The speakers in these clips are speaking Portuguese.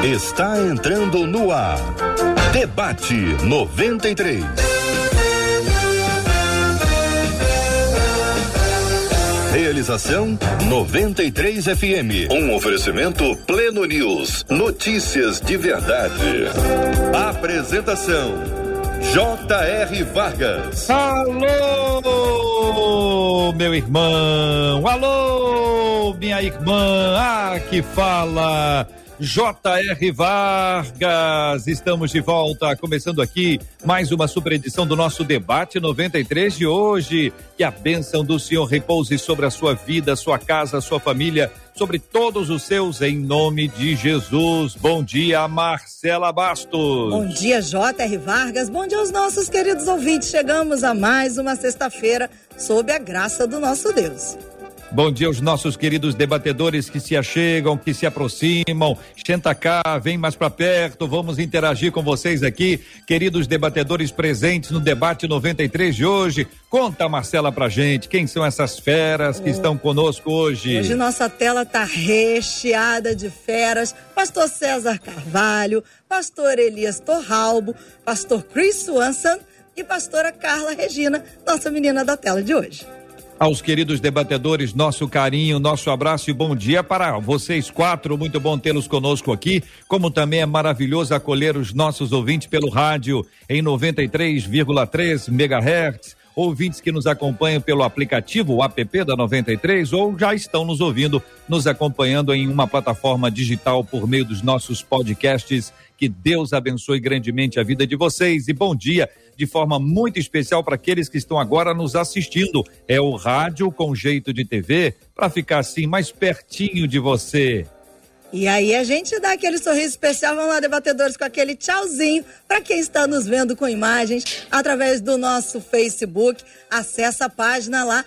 Está entrando no ar. Debate 93. Realização 93 FM. Um oferecimento Pleno News. Notícias de verdade. Apresentação J.R. Vargas. Alô, meu irmão. Alô, minha irmã. Que fala J.R. Vargas. Estamos de volta, começando aqui mais uma super edição do nosso Debate 93 de hoje. Que a bênção do Senhor repouse sobre a sua vida, sua casa, sua família, sobre todos os seus, em nome de Jesus. Bom dia, Marcela Bastos. Bom dia, J.R. Vargas. Bom dia aos nossos queridos ouvintes. Chegamos a mais uma sexta-feira sob a graça do nosso Deus. Bom dia aos nossos queridos debatedores que se achegam, que se aproximam. Senta cá, vem mais para perto, vamos interagir com vocês aqui, queridos debatedores presentes no Debate 93 de hoje. Conta, Marcela, pra gente, quem são essas feras que estão conosco hoje? Hoje nossa tela tá recheada de feras. Pastor César Carvalho, pastor Elias Torralbo, pastor Chris Swanson e pastora Carla Regina, nossa menina da tela de hoje. Aos queridos debatedores, nosso carinho, nosso abraço e bom dia para vocês quatro. Muito bom tê-los conosco aqui, como também é maravilhoso acolher os nossos ouvintes pelo rádio em 93,3 MHz, ouvintes que nos acompanham pelo aplicativo, o app da 93, ou já estão nos ouvindo, nos acompanhando em uma plataforma digital por meio dos nossos podcasts. Que Deus abençoe grandemente a vida de vocês e bom dia de forma muito especial para aqueles que estão agora nos assistindo. É o rádio com jeito de TV para ficar assim mais pertinho de você. E aí a gente dá aquele sorriso especial, vamos lá, debatedores, com aquele tchauzinho para quem está nos vendo com imagens através do nosso Facebook. Acessa a página lá,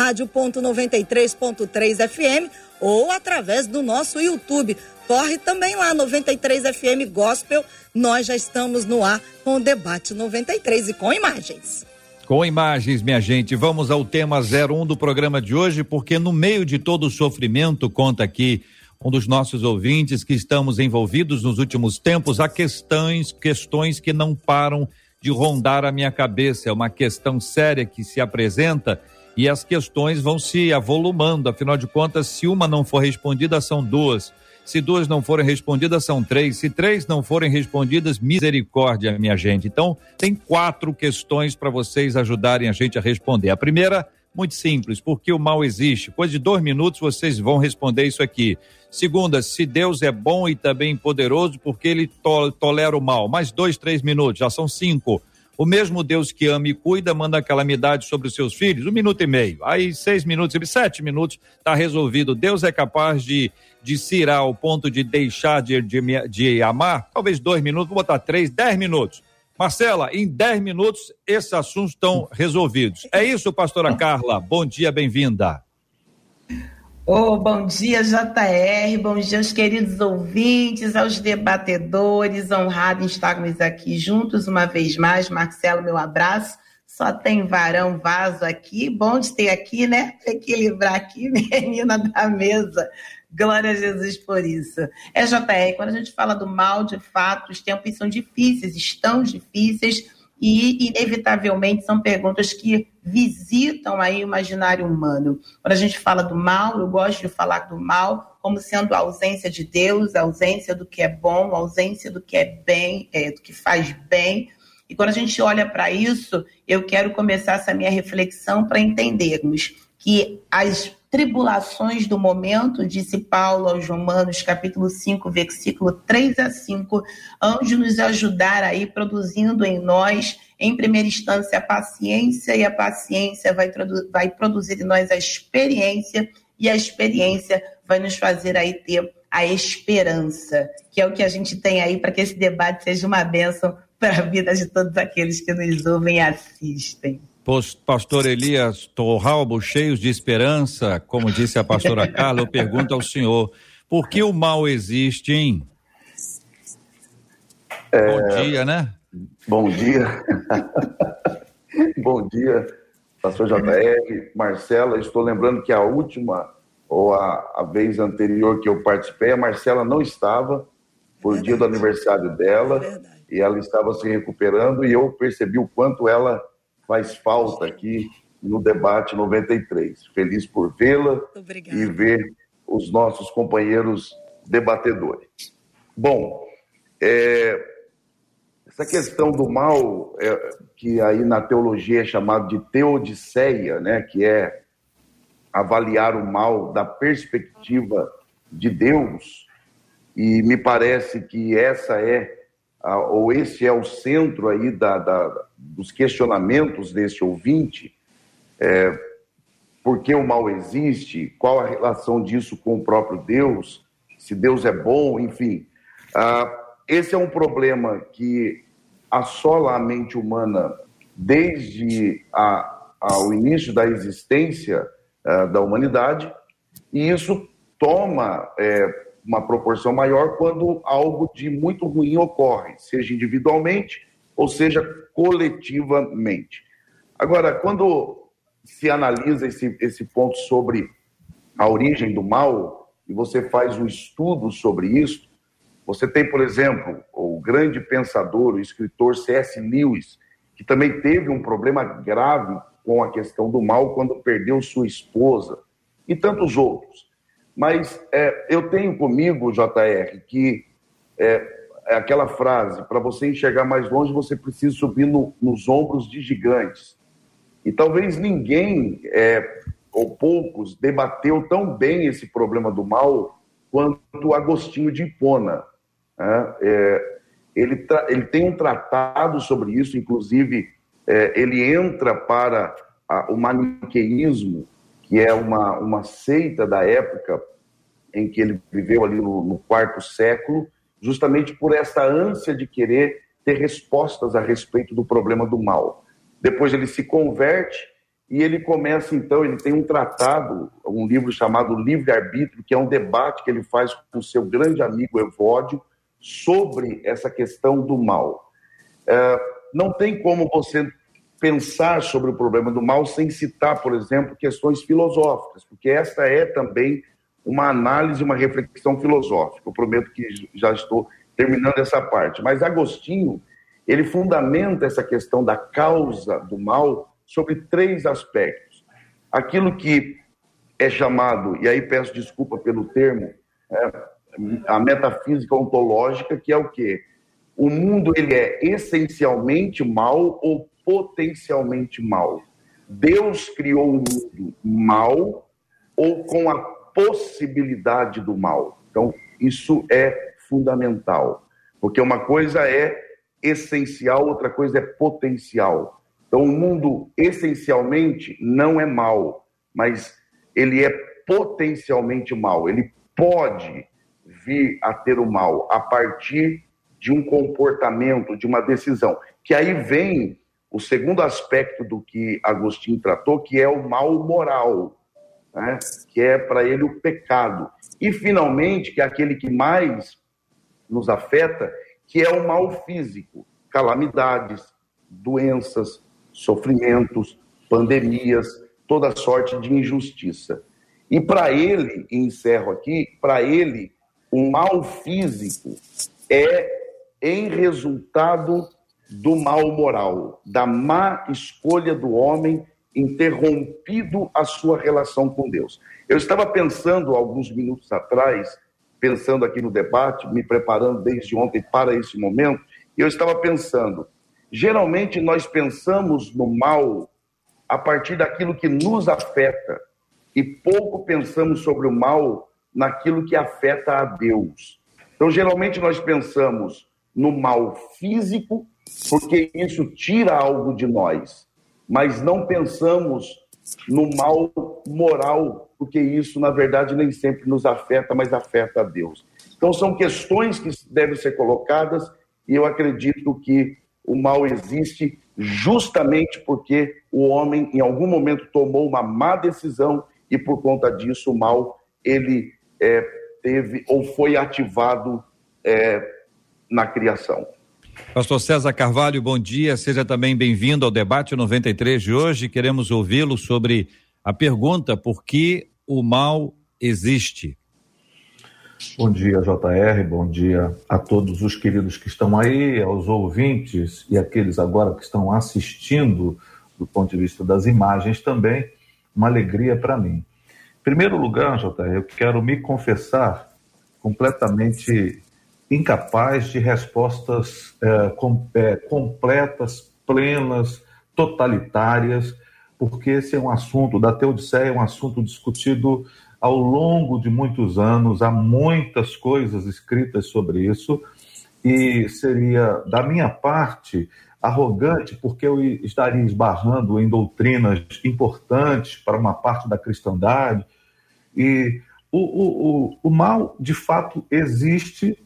rádio.93.3 FM, ou através do nosso YouTube. Corre também lá, 93 FM Gospel. Nós já estamos no ar com o Debate 93 e com imagens. Com imagens, minha gente, vamos ao tema 01 do programa de hoje, porque no meio de todo o sofrimento, conta aqui um dos nossos ouvintes, que estamos envolvidos nos últimos tempos, há questões que não param de rondar a minha cabeça. É uma questão séria que se apresenta e as questões vão se avolumando. Afinal de contas, se uma não for respondida, são duas. Se duas não forem respondidas, são três. Se três não forem respondidas, misericórdia, minha gente. Então, tem 4 questões para vocês ajudarem a gente a responder. A primeira, muito simples, porque o mal existe. Coisa de 2 minutos vocês vão responder isso aqui. Segunda, se Deus é bom e também poderoso, porque ele tolera o mal. Mais 2, 3 minutos, já são 5. O mesmo Deus que ama e cuida, manda calamidade sobre os seus filhos, 1 minuto e meio. Aí 6 minutos, 7 minutos, está resolvido. Deus é capaz de se irar ao ponto de deixar de amar? Talvez 2 minutos, vou botar 3, 10 minutos. Marcela, em 10 minutos, esses assuntos estão resolvidos. É isso, pastora Carla? Bom dia, bem-vinda. Bom dia, JR, bom dia aos queridos ouvintes, aos debatedores, honrado em estarmos aqui juntos uma vez mais. Marcelo, meu abraço. Só tem varão vaso aqui, bom de ter aqui, né? Equilibrar aqui, menina da mesa. Glória a Jesus por isso. JR, quando a gente fala do mal, de fato, os tempos são difíceis, estão difíceis, e inevitavelmente são perguntas que visitam aí o imaginário humano. Quando a gente fala do mal, eu gosto de falar do mal como sendo a ausência de Deus, a ausência do que é bom, a ausência do que é bem, do que faz bem. E quando a gente olha para isso, eu quero começar essa minha reflexão para entendermos que as tribulações do momento, disse Paulo aos Romanos, capítulo 5, versículo 3 a 5, hão de nos ajudar aí, produzindo em nós, em primeira instância, a paciência, e a paciência vai produzir em nós a experiência, e a experiência vai nos fazer aí ter a esperança, que é o que a gente tem aí para que esse debate seja uma bênção para a vida de todos aqueles que nos ouvem e assistem. Pastor Elias Torralbo, cheios de esperança, como disse a pastora Carla, eu pergunto ao senhor, por que o mal existe, hein? Bom dia, né? Bom dia. Bom dia, pastor JR, Marcela. Estou lembrando que a última, ou a vez anterior que eu participei, a Marcela não estava, Foi o dia do aniversário dela, e ela estava se recuperando, e eu percebi o quanto ela faz falta aqui no debate 93. Feliz por vê-la e ver os nossos companheiros debatedores. Bom, essa questão do mal, que aí na teologia é chamado de teodiceia, né, que é avaliar o mal da perspectiva de Deus, e me parece que essa ou esse é o centro aí dos questionamentos desse ouvinte, por que o mal existe, qual a relação disso com o próprio Deus, se Deus é bom, enfim. Esse é um problema que assola a mente humana desde o início da existência da humanidade, e isso toma uma proporção maior quando algo de muito ruim ocorre, seja individualmente ou seja coletivamente. Agora, quando se analisa esse ponto sobre a origem do mal, e você faz um estudo sobre isso, você tem, por exemplo, o grande pensador, o escritor C.S. Lewis, que também teve um problema grave com a questão do mal quando perdeu sua esposa, e tantos outros. Mas eu tenho comigo, JR, que aquela frase, para você enxergar mais longe, você precisa subir nos ombros de gigantes. E talvez ninguém, ou poucos, debateu tão bem esse problema do mal quanto Agostinho de Hipona. Ele tem um tratado sobre isso, inclusive ele entra para o maniqueísmo, que é uma seita da época em que ele viveu ali no quarto século, justamente por essa ânsia de querer ter respostas a respeito do problema do mal. Depois ele se converte e ele começa, então, ele tem um tratado, um livro chamado Livre-Arbítrio, que é um debate que ele faz com o seu grande amigo Evódio sobre essa questão do mal. Não tem como você pensar sobre o problema do mal sem citar, por exemplo, questões filosóficas, porque esta é também uma análise, uma reflexão filosófica. Eu prometo que já estou terminando essa parte. Mas Agostinho, ele fundamenta essa questão da causa do mal sobre 3 aspectos. Aquilo que é chamado, e aí peço desculpa pelo termo, a metafísica ontológica, que é o quê? O mundo ele é essencialmente mal ou potencialmente mal. Deus criou o mundo mal ou com a possibilidade do mal. Então, isso é fundamental, porque uma coisa é essencial, outra coisa é potencial. Então, o mundo essencialmente não é mal, mas ele é potencialmente mal. Ele pode vir a ter o mal a partir de um comportamento, de uma decisão. Que aí vem o segundo aspecto do que Agostinho tratou, que é o mal moral, né? Que é para ele o pecado. E, finalmente, que é aquele que mais nos afeta, que é o mal físico, calamidades, doenças, sofrimentos, pandemias, toda sorte de injustiça. E para ele, encerro aqui, para ele, o mal físico é em resultado do mal moral, da má escolha do homem em ter rompido a sua relação com Deus. Eu estava pensando, alguns minutos atrás, pensando aqui no debate, me preparando desde ontem para esse momento, e eu estava pensando, geralmente nós pensamos no mal a partir daquilo que nos afeta, e pouco pensamos sobre o mal naquilo que afeta a Deus. Então, geralmente nós pensamos no mal físico, porque isso tira algo de nós, mas não pensamos no mal moral, porque isso, na verdade, nem sempre nos afeta, mas afeta a Deus. Então, são questões que devem ser colocadas, e eu acredito que o mal existe justamente porque o homem, em algum momento, tomou uma má decisão, e por conta disso, o mal, ele teve ou foi ativado na criação. Pastor César Carvalho, bom dia, seja também bem-vindo ao debate 93 de hoje. Queremos ouvi-lo sobre a pergunta: por que o mal existe? Bom dia, JR, bom dia a todos os queridos que estão aí, aos ouvintes e aqueles agora que estão assistindo do ponto de vista das imagens também, uma alegria para mim. Em primeiro lugar, JR, eu quero me confessar completamente incapaz de respostas completas, plenas, totalitárias, porque esse é um assunto, da Teodiceia é um assunto discutido ao longo de muitos anos, há muitas coisas escritas sobre isso, e seria, da minha parte, arrogante, porque eu estaria esbarrando em doutrinas importantes para uma parte da cristandade, e o mal, de fato, existe.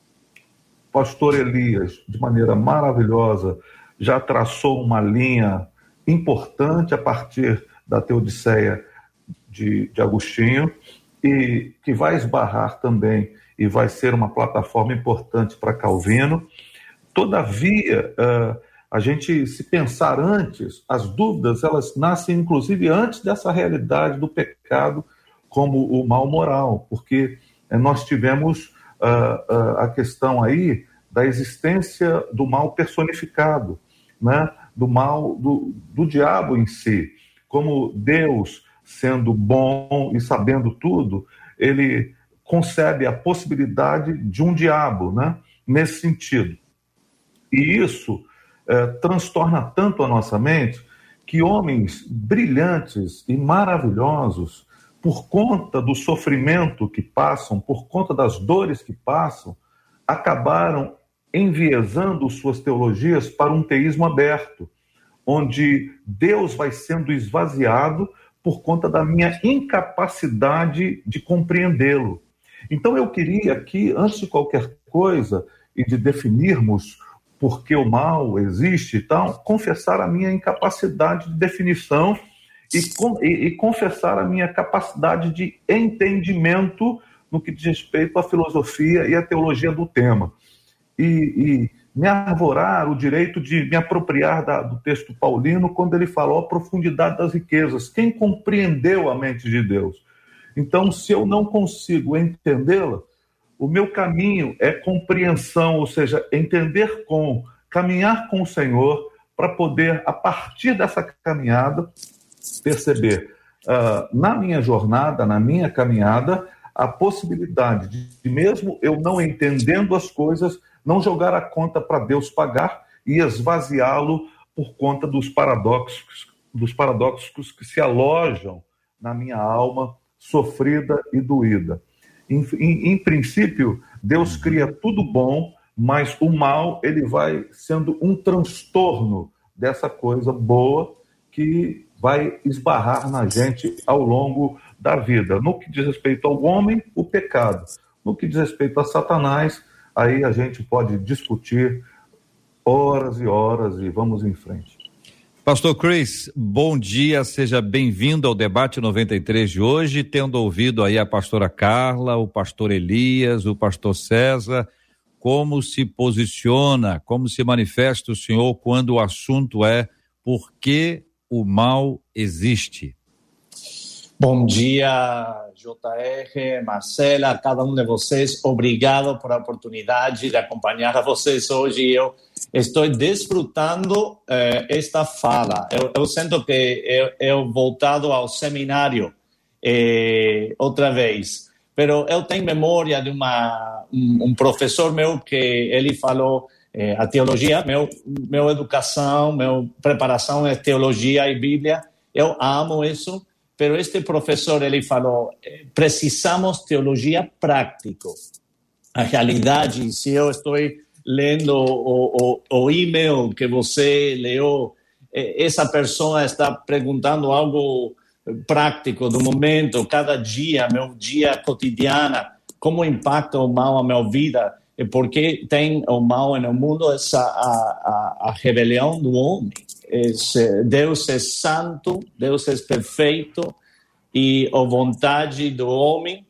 Pastor Elias, de maneira maravilhosa, já traçou uma linha importante a partir da Teodiceia de Agostinho, e que vai esbarrar também e vai ser uma plataforma importante para Calvino. Todavia, a gente, se pensar antes, as dúvidas, elas nascem inclusive antes dessa realidade do pecado como o mal moral, porque nós tivemos a questão aí da existência do mal personificado, né? Do mal do diabo em si. Como Deus, sendo bom e sabendo tudo, ele concebe a possibilidade de um diabo, né? Nesse sentido. E isso transtorna tanto a nossa mente que homens brilhantes e maravilhosos, por conta do sofrimento que passam, por conta das dores que passam, acabaram enviesando suas teologias para um teísmo aberto, onde Deus vai sendo esvaziado por conta da minha incapacidade de compreendê-lo. Então eu queria aqui, antes de qualquer coisa, e de definirmos por que o mal existe e tal, confessar a minha incapacidade de definição e confessar a minha capacidade de entendimento no que diz respeito à filosofia e à teologia do tema. E me arvorar o direito de me apropriar do texto paulino quando ele falou a profundidade das riquezas. Quem compreendeu a mente de Deus? Então, se eu não consigo entendê-la, o meu caminho é compreensão, ou seja, entender caminhar com o Senhor para poder, a partir dessa caminhada, perceber na minha jornada, na minha caminhada, a possibilidade de, mesmo eu não entendendo as coisas, não jogar a conta para Deus pagar e esvaziá-lo por conta dos paradoxos que se alojam na minha alma sofrida e doída. Em princípio, Deus cria tudo bom, mas o mal ele vai sendo um transtorno dessa coisa boa que vai esbarrar na gente ao longo da vida. No que diz respeito ao homem, o pecado. No que diz respeito a Satanás, aí a gente pode discutir horas e horas e vamos em frente. Pastor Chris, bom dia, seja bem-vindo ao Debate 93 de hoje, tendo ouvido aí a pastora Carla, o pastor Elias, o pastor César, como se posiciona, como se manifesta o senhor quando o assunto é por que o mal existe? Bom dia, JR, Marcela, cada um de vocês. Obrigado por a oportunidade de acompanhar a vocês hoje. Eu estou desfrutando esta fala. Eu sinto que eu voltado ao seminário outra vez. Pero eu tenho memória de um professor meu que ele falou a teologia, meu educação, minha preparação é teologia e Bíblia. Eu amo isso. Pero este professor, ele falou, precisamos teologia prática. A realidade, se eu estou lendo o e-mail que você leu, essa pessoa está perguntando algo prático do momento, cada dia, meu dia cotidiano, como impacta o mal a minha vida, e por que tem o mal no mundo, a rebelião do homem. Deus é santo, Deus é perfeito e a vontade do homem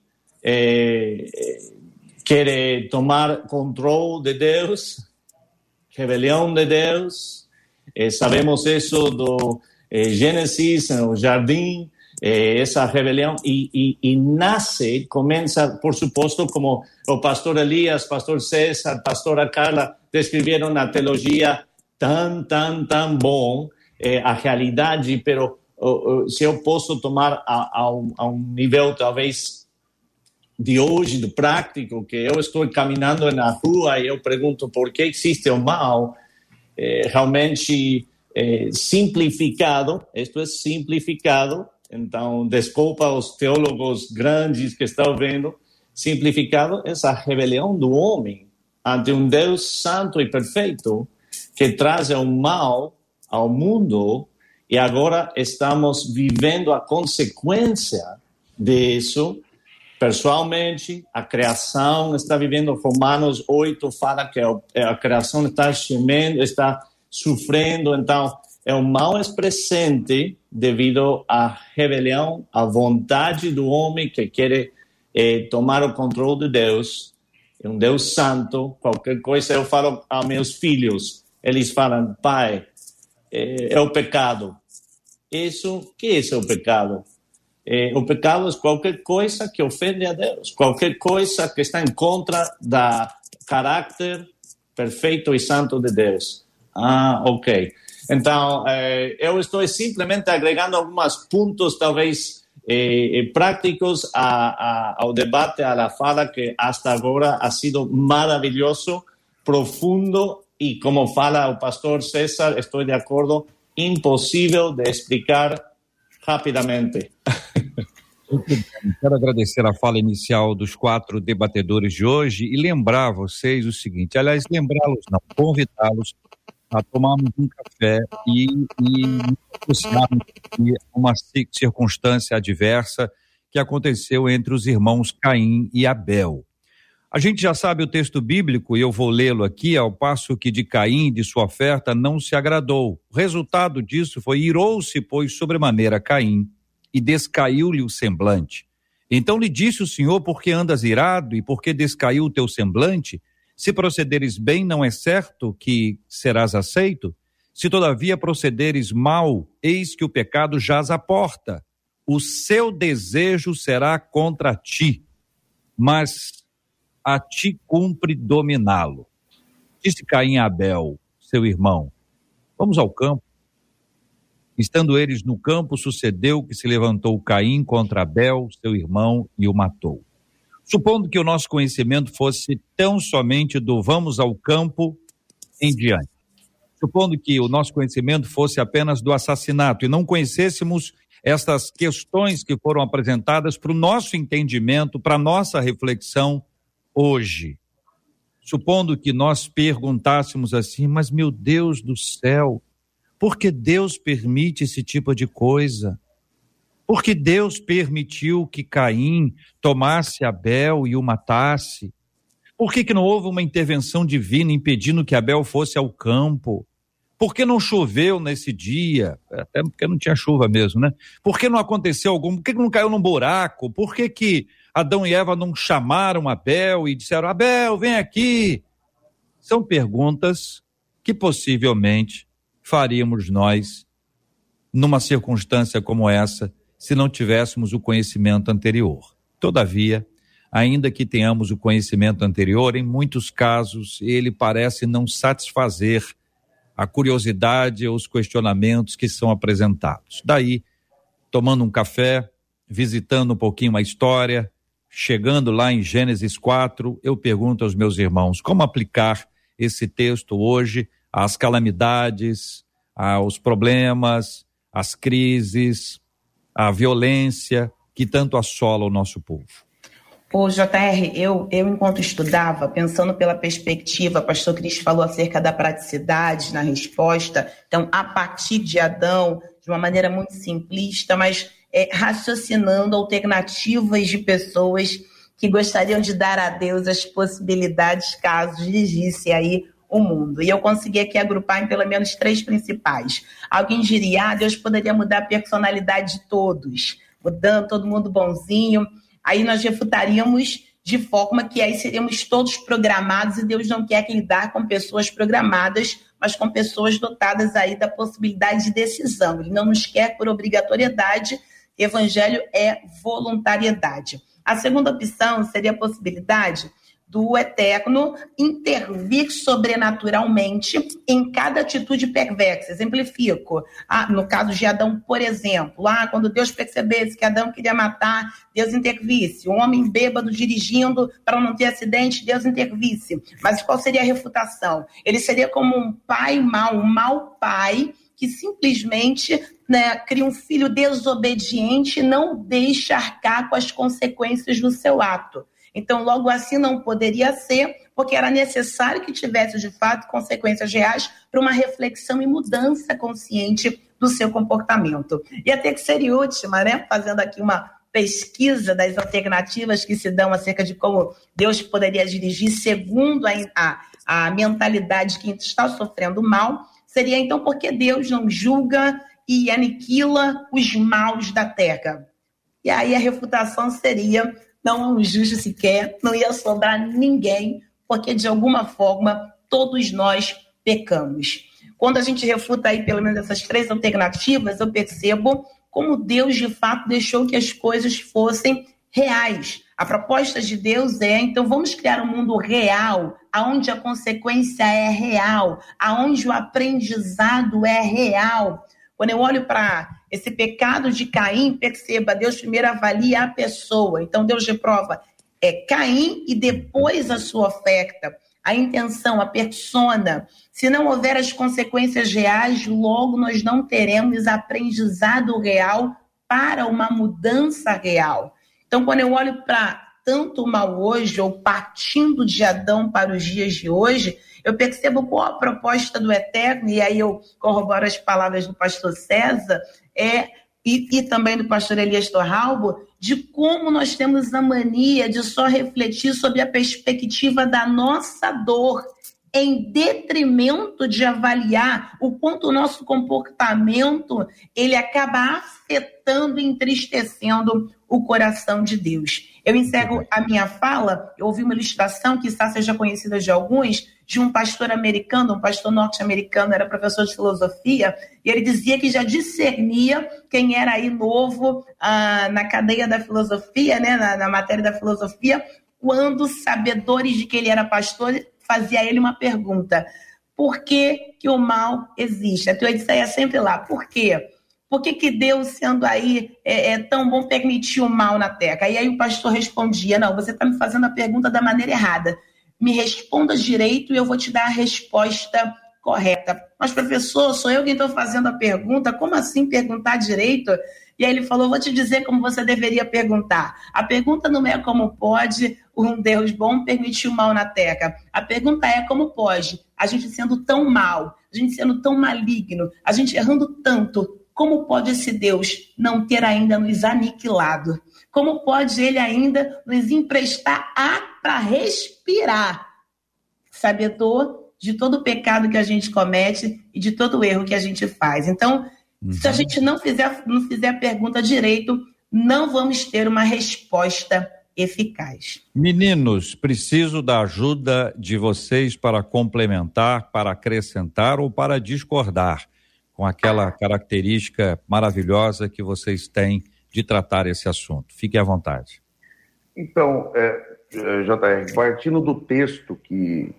quer tomar controle de Deus, rebelião de Deus. Sabemos isso do Gênesis, no jardim, essa rebelião e nasce, começa, por suposto, como o pastor Elias, pastor César, pastora Carla descreveram na teologia tão bom a realidade, pero se eu posso tomar a um nível talvez de hoje, do prático, que eu estou caminhando na rua e eu pergunto por que existe o mal, realmente simplificado, isto é simplificado. Então, desculpa os teólogos grandes que estão vendo, simplificado, essa rebelião do homem ante um Deus santo e perfeito que traz o mal ao mundo, e agora estamos vivendo a consequência disso. Pessoalmente, a criação está vivendo, Romanos 8 fala que a criação está gemendo, está sofrendo, então o mal é presente devido à rebelião, à vontade do homem que quer tomar o controle de Deus. É um Deus santo. Qualquer coisa eu falo a meus filhos, eles falam, pai, é o pecado. Isso, que é o pecado? O pecado é qualquer coisa que ofende a Deus, qualquer coisa que está em contra do caráter perfeito e santo de Deus. Ok. Então, eu estou simplesmente agregando alguns pontos, talvez, práticos ao debate, à fala que hasta agora ha sido maravilhoso, profundo e, como fala o pastor César, estou de acordo, impossível de explicar rapidamente. Quero agradecer a fala inicial dos 4 debatedores de hoje e lembrar a vocês o seguinte, aliás, lembrá-los não, convidá-los a tomarmos um café e negociarmos uma circunstância adversa que aconteceu entre os irmãos Caim e Abel. A gente já sabe o texto bíblico, e eu vou lê-lo aqui, ao passo que de Caim, de sua oferta, não se agradou. O resultado disso foi, irou-se, pois, sobremaneira Caim, e descaiu-lhe o semblante. Então lhe disse o Senhor, por que andas irado, e por que descaiu o teu semblante? Se procederes bem, não é certo que serás aceito? Se todavia procederes mal, eis que o pecado jaz à porta. O seu desejo será contra ti, mas a ti cumpre dominá-lo. Disse Caim a Abel, seu irmão, vamos ao campo. Estando eles no campo, sucedeu que se levantou Caim contra Abel, seu irmão, e o matou. Supondo que o nosso conhecimento fosse tão somente do vamos ao campo em diante. Supondo que o nosso conhecimento fosse apenas do assassinato e não conhecêssemos estas questões que foram apresentadas para o nosso entendimento, para a nossa reflexão hoje. Supondo que nós perguntássemos assim, mas meu Deus do céu, por que Deus permite esse tipo de coisa? Por que Deus permitiu que Caim tomasse Abel e o matasse? Por que não houve uma intervenção divina impedindo que Abel fosse ao campo? Por que não choveu nesse dia? Até porque não tinha chuva mesmo, né? Por que não aconteceu algum? Por que não caiu num buraco? Por que Adão e Eva não chamaram Abel e disseram, Abel, vem aqui? São perguntas que possivelmente faríamos nós numa circunstância como essa, se não tivéssemos o conhecimento anterior. Todavia, ainda que tenhamos o conhecimento anterior, em muitos casos ele parece não satisfazer a curiosidade ou os questionamentos que são apresentados. Daí, tomando um café, visitando um pouquinho a história, chegando lá em Gênesis 4, eu pergunto aos meus irmãos, como aplicar esse texto hoje às calamidades, aos problemas, às crises, à violência que tanto assola o nosso povo? Ô, JR, eu enquanto estudava, pensando pela perspectiva, o pastor Cris falou acerca da praticidade na resposta, então, a partir de Adão, de uma maneira muito simplista, mas raciocinando alternativas de pessoas que gostariam de dar a Deus as possibilidades caso dirigisse aí o mundo. E eu consegui aqui agrupar em pelo menos 3 principais. Alguém diria, Deus poderia mudar a personalidade de todos, mudando todo mundo bonzinho. Aí nós refutaríamos de forma que aí seríamos todos programados e Deus não quer lidar com pessoas programadas, mas com pessoas dotadas aí da possibilidade de decisão. Ele não nos quer por obrigatoriedade Evangelho é voluntariedade. A segunda opção seria a possibilidade do Eterno intervir sobrenaturalmente em cada atitude perversa. Exemplifico. No caso de Adão, por exemplo, quando Deus percebesse que Adão queria matar, Deus intervisse. Um homem bêbado dirigindo para não ter acidente, Deus intervisse. Mas qual seria a refutação? Ele seria como um pai mau, um mau pai, que simplesmente cria um filho desobediente e não deixa arcar com as consequências do seu ato. Então, logo assim não poderia ser, porque era necessário que tivesse, de fato, consequências reais para uma reflexão e mudança consciente do seu comportamento. E a terceira e última, fazendo aqui uma pesquisa das alternativas que se dão acerca de como Deus poderia dirigir segundo a mentalidade que está sofrendo mal, seria então porque Deus não julga e aniquila os maus da terra. E aí a refutação seria: não é um justo sequer, não ia sobrar ninguém, porque de alguma forma todos nós pecamos. Quando a gente refuta aí pelo menos essas três alternativas, eu percebo como Deus de fato deixou que as coisas fossem reais. A proposta de Deus então vamos criar um mundo real, onde a consequência é real, onde o aprendizado é real. Quando eu olho para esse pecado de Caim, perceba, Deus primeiro avalia a pessoa. Então, Deus reprova Caim e depois a sua oferta, a intenção, a persona. Se não houver as consequências reais, logo nós não teremos aprendizado real para uma mudança real. Então, quando eu olho para tanto o mal hoje, ou partindo de Adão para os dias de hoje, eu percebo qual a proposta do Eterno, e aí eu corroboro as palavras do pastor César, e também do pastor Elias Torralbo, de como nós temos a mania de só refletir sobre a perspectiva da nossa dor, em detrimento de avaliar o quanto o nosso comportamento ele acaba afetando e entristecendo o coração de Deus. Eu encerro a minha fala, eu ouvi uma ilustração que seja conhecida de alguns, de um pastor americano, um pastor norte-americano, era professor de filosofia, e ele dizia que já discernia quem era aí novo na cadeia da filosofia, na matéria da filosofia, quando sabedores de que ele era pastor fazia a ele uma pergunta: por que o mal existe? A teoria é sempre lá, por quê? Por que Deus, sendo aí tão bom, permitiu o mal na terra? E aí o pastor respondia: não, você está me fazendo a pergunta da maneira errada. Me responda direito e eu vou te dar a resposta correta. Mas, professor, sou eu quem estou fazendo a pergunta? Como assim perguntar direito? E aí ele falou: vou te dizer como você deveria perguntar. A pergunta não é como pode um Deus bom permitir o mal na terra. A pergunta é como pode a gente sendo tão mal, a gente sendo tão maligno, a gente errando tanto, como pode esse Deus não ter ainda nos aniquilado? Como pode ele ainda nos emprestar ar para respirar? Sabedor de todo o pecado que a gente comete e de todo o erro que a gente faz. Então, se a gente não fizer a pergunta direito, não vamos ter uma resposta eficaz. Meninos, preciso da ajuda de vocês para complementar, para acrescentar ou para discordar com aquela característica maravilhosa que vocês têm de tratar esse assunto. Fique à vontade. Então, JR, partindo do texto que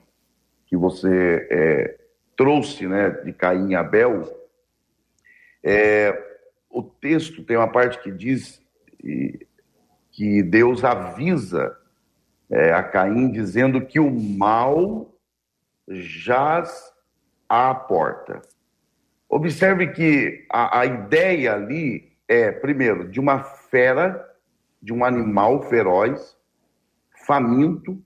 você trouxe, de Caim e Abel, o texto tem uma parte que diz que Deus avisa a Caim, dizendo que o mal jaz à porta. Observe que a ideia ali primeiro, de uma fera, de um animal feroz, faminto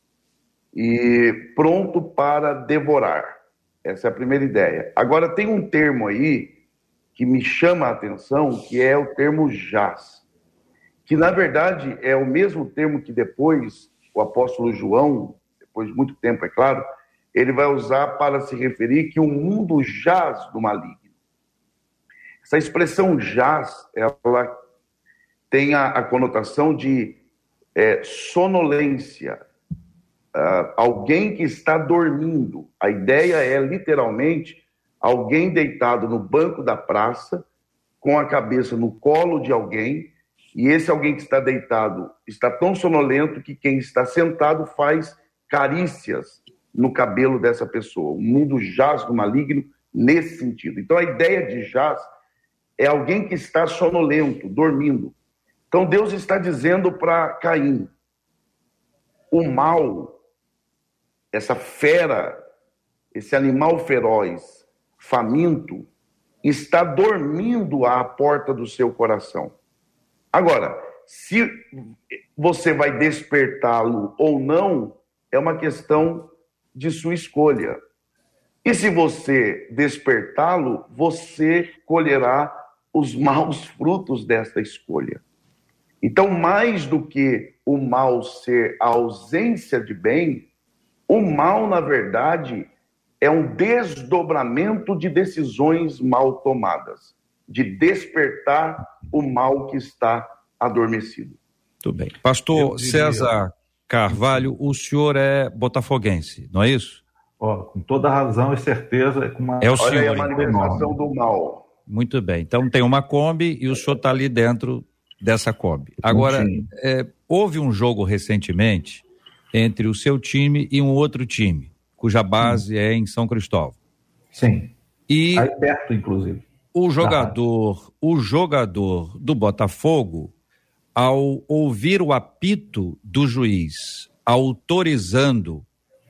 e pronto para devorar. Essa é a primeira ideia. Agora, tem um termo aí que me chama a atenção, que é o termo jaz, que, na verdade, é o mesmo termo que depois o apóstolo João, depois de muito tempo, é claro, ele vai usar para se referir que o mundo jaz do maligno. Essa expressão jaz, ela tem a conotação de sonolência, alguém que está dormindo. A ideia é, literalmente, alguém deitado no banco da praça, com a cabeça no colo de alguém, e esse alguém que está deitado está tão sonolento que quem está sentado faz carícias no cabelo dessa pessoa. O mundo jaz do maligno nesse sentido. Então a ideia de jaz é alguém que está sonolento, dormindo. Então Deus está dizendo para Caim, o mal, essa fera, esse animal feroz, faminto, está dormindo à porta do seu coração. Agora, se você vai despertá-lo ou não, é uma questão de sua escolha. E se você despertá-lo, você colherá os maus frutos desta escolha. Então, mais do que o mal ser a ausência de bem, o mal, na verdade, é um desdobramento de decisões mal tomadas, de despertar o mal que está adormecido. Muito bem. Pastor César Carvalho, o senhor é botafoguense, não é isso? Com toda razão e certeza. Olha aí a manifestação do mal. Muito bem. Então tem uma Kombi e o senhor está ali dentro dessa Kombi. Agora, houve um jogo recentemente entre o seu time e um outro time, cuja base é em São Cristóvão. Sim. E aí perto, inclusive. O jogador do Botafogo, ao ouvir o apito do juiz autorizando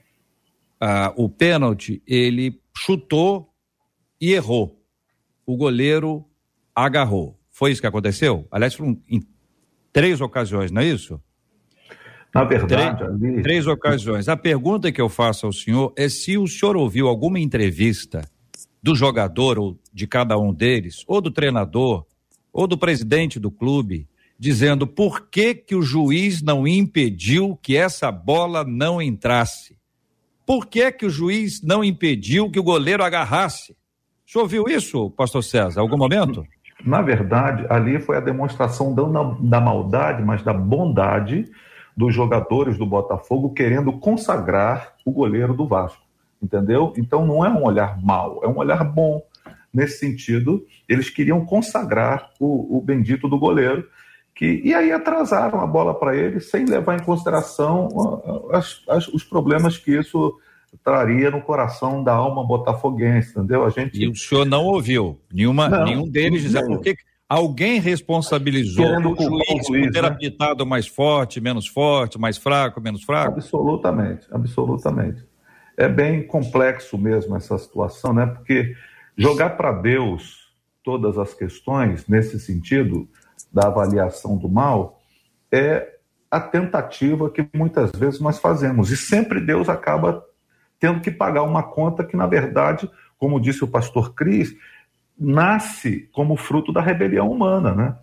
o pênalti, ele chutou e errou. O goleiro agarrou. Foi isso que aconteceu? Aliás, foram em 3 ocasiões, não é isso? Na verdade, 3 ocasiões. A pergunta que eu faço ao senhor é se o senhor ouviu alguma entrevista do jogador ou de cada um deles, ou do treinador, ou do presidente do clube, dizendo por que o juiz não impediu que essa bola não entrasse. Por que o juiz não impediu que o goleiro agarrasse? O senhor viu isso, pastor César, em algum momento? Na verdade, ali foi a demonstração não da maldade, mas da bondade dos jogadores do Botafogo querendo consagrar o goleiro do Vasco, entendeu? Então não é um olhar mau, é um olhar bom. Nesse sentido, eles queriam consagrar o bendito do goleiro, e aí atrasaram a bola para ele sem levar em consideração os problemas que isso traria no coração da alma botafoguense, entendeu? E o senhor não ouviu nenhum deles dizer por que alguém responsabilizou o juiz por ter apitado mais forte, menos forte, mais fraco, menos fraco? Absolutamente. É bem complexo mesmo essa situação, né? Porque jogar para Deus todas as questões, nesse sentido da avaliação do mal, é a tentativa que muitas vezes nós fazemos. E sempre Deus acaba tendo que pagar uma conta que, na verdade, como disse o pastor Cris, nasce como fruto da rebelião humana, né?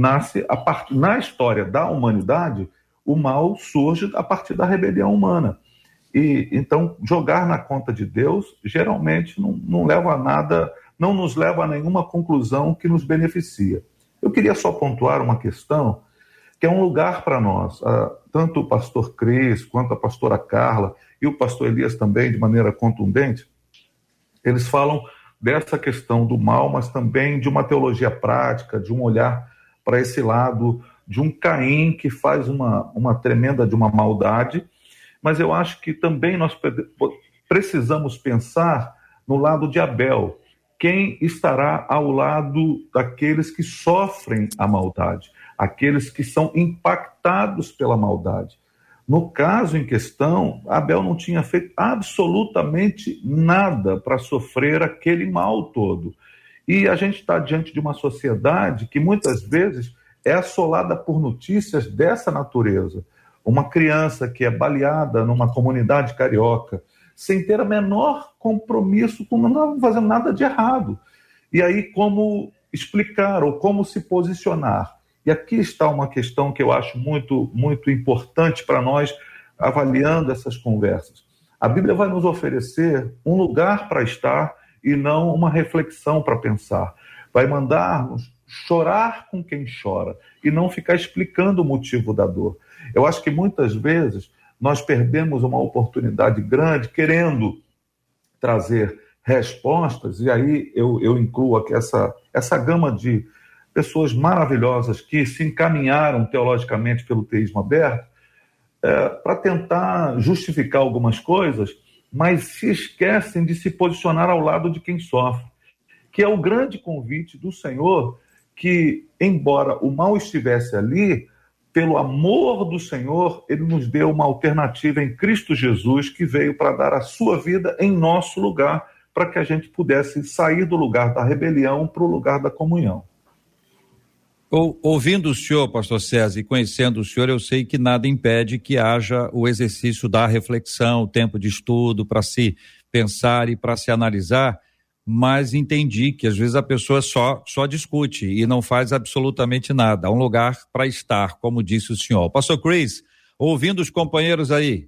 Na história da humanidade, o mal surge a partir da rebelião humana. E então jogar na conta de Deus geralmente não leva a nada, não nos leva a nenhuma conclusão que nos beneficia. Eu queria só pontuar uma questão que é um lugar para nós, tanto o pastor Cris quanto a pastora Carla e o pastor Elias também, de maneira contundente, eles falam dessa questão do mal, mas também de uma teologia prática, de um olhar para esse lado, de um Caim que faz uma tremenda de uma maldade, mas eu acho que também nós precisamos pensar no lado de Abel. Quem estará ao lado daqueles que sofrem a maldade, aqueles que são impactados pela maldade? No caso em questão, Abel não tinha feito absolutamente nada para sofrer aquele mal todo. E a gente está diante de uma sociedade que muitas vezes é assolada por notícias dessa natureza. Uma criança que é baleada numa comunidade carioca, sem ter o menor compromisso, como não estava fazendo nada de errado. E aí, como explicar ou como se posicionar? E aqui está uma questão que eu acho muito, muito importante para nós, avaliando essas conversas. A Bíblia vai nos oferecer um lugar para estar e não uma reflexão para pensar. Vai mandar-nos chorar com quem chora e não ficar explicando o motivo da dor. Eu acho que muitas vezes nós perdemos uma oportunidade grande querendo trazer respostas, e aí eu incluo aqui essa gama de pessoas maravilhosas que se encaminharam teologicamente pelo teísmo aberto para tentar justificar algumas coisas, mas se esquecem de se posicionar ao lado de quem sofre, que é o grande convite do Senhor, que, embora o mal estivesse ali, pelo amor do Senhor, Ele nos deu uma alternativa em Cristo Jesus, que veio para dar a sua vida em nosso lugar, para que a gente pudesse sair do lugar da rebelião para o lugar da comunhão. Ouvindo o senhor, pastor César, e conhecendo o senhor, eu sei que nada impede que haja o exercício da reflexão, o tempo de estudo para se pensar e para se analisar, mas entendi que às vezes a pessoa só discute e não faz absolutamente nada. Há um lugar para estar, como disse o senhor. Pastor Chris, ouvindo os companheiros aí.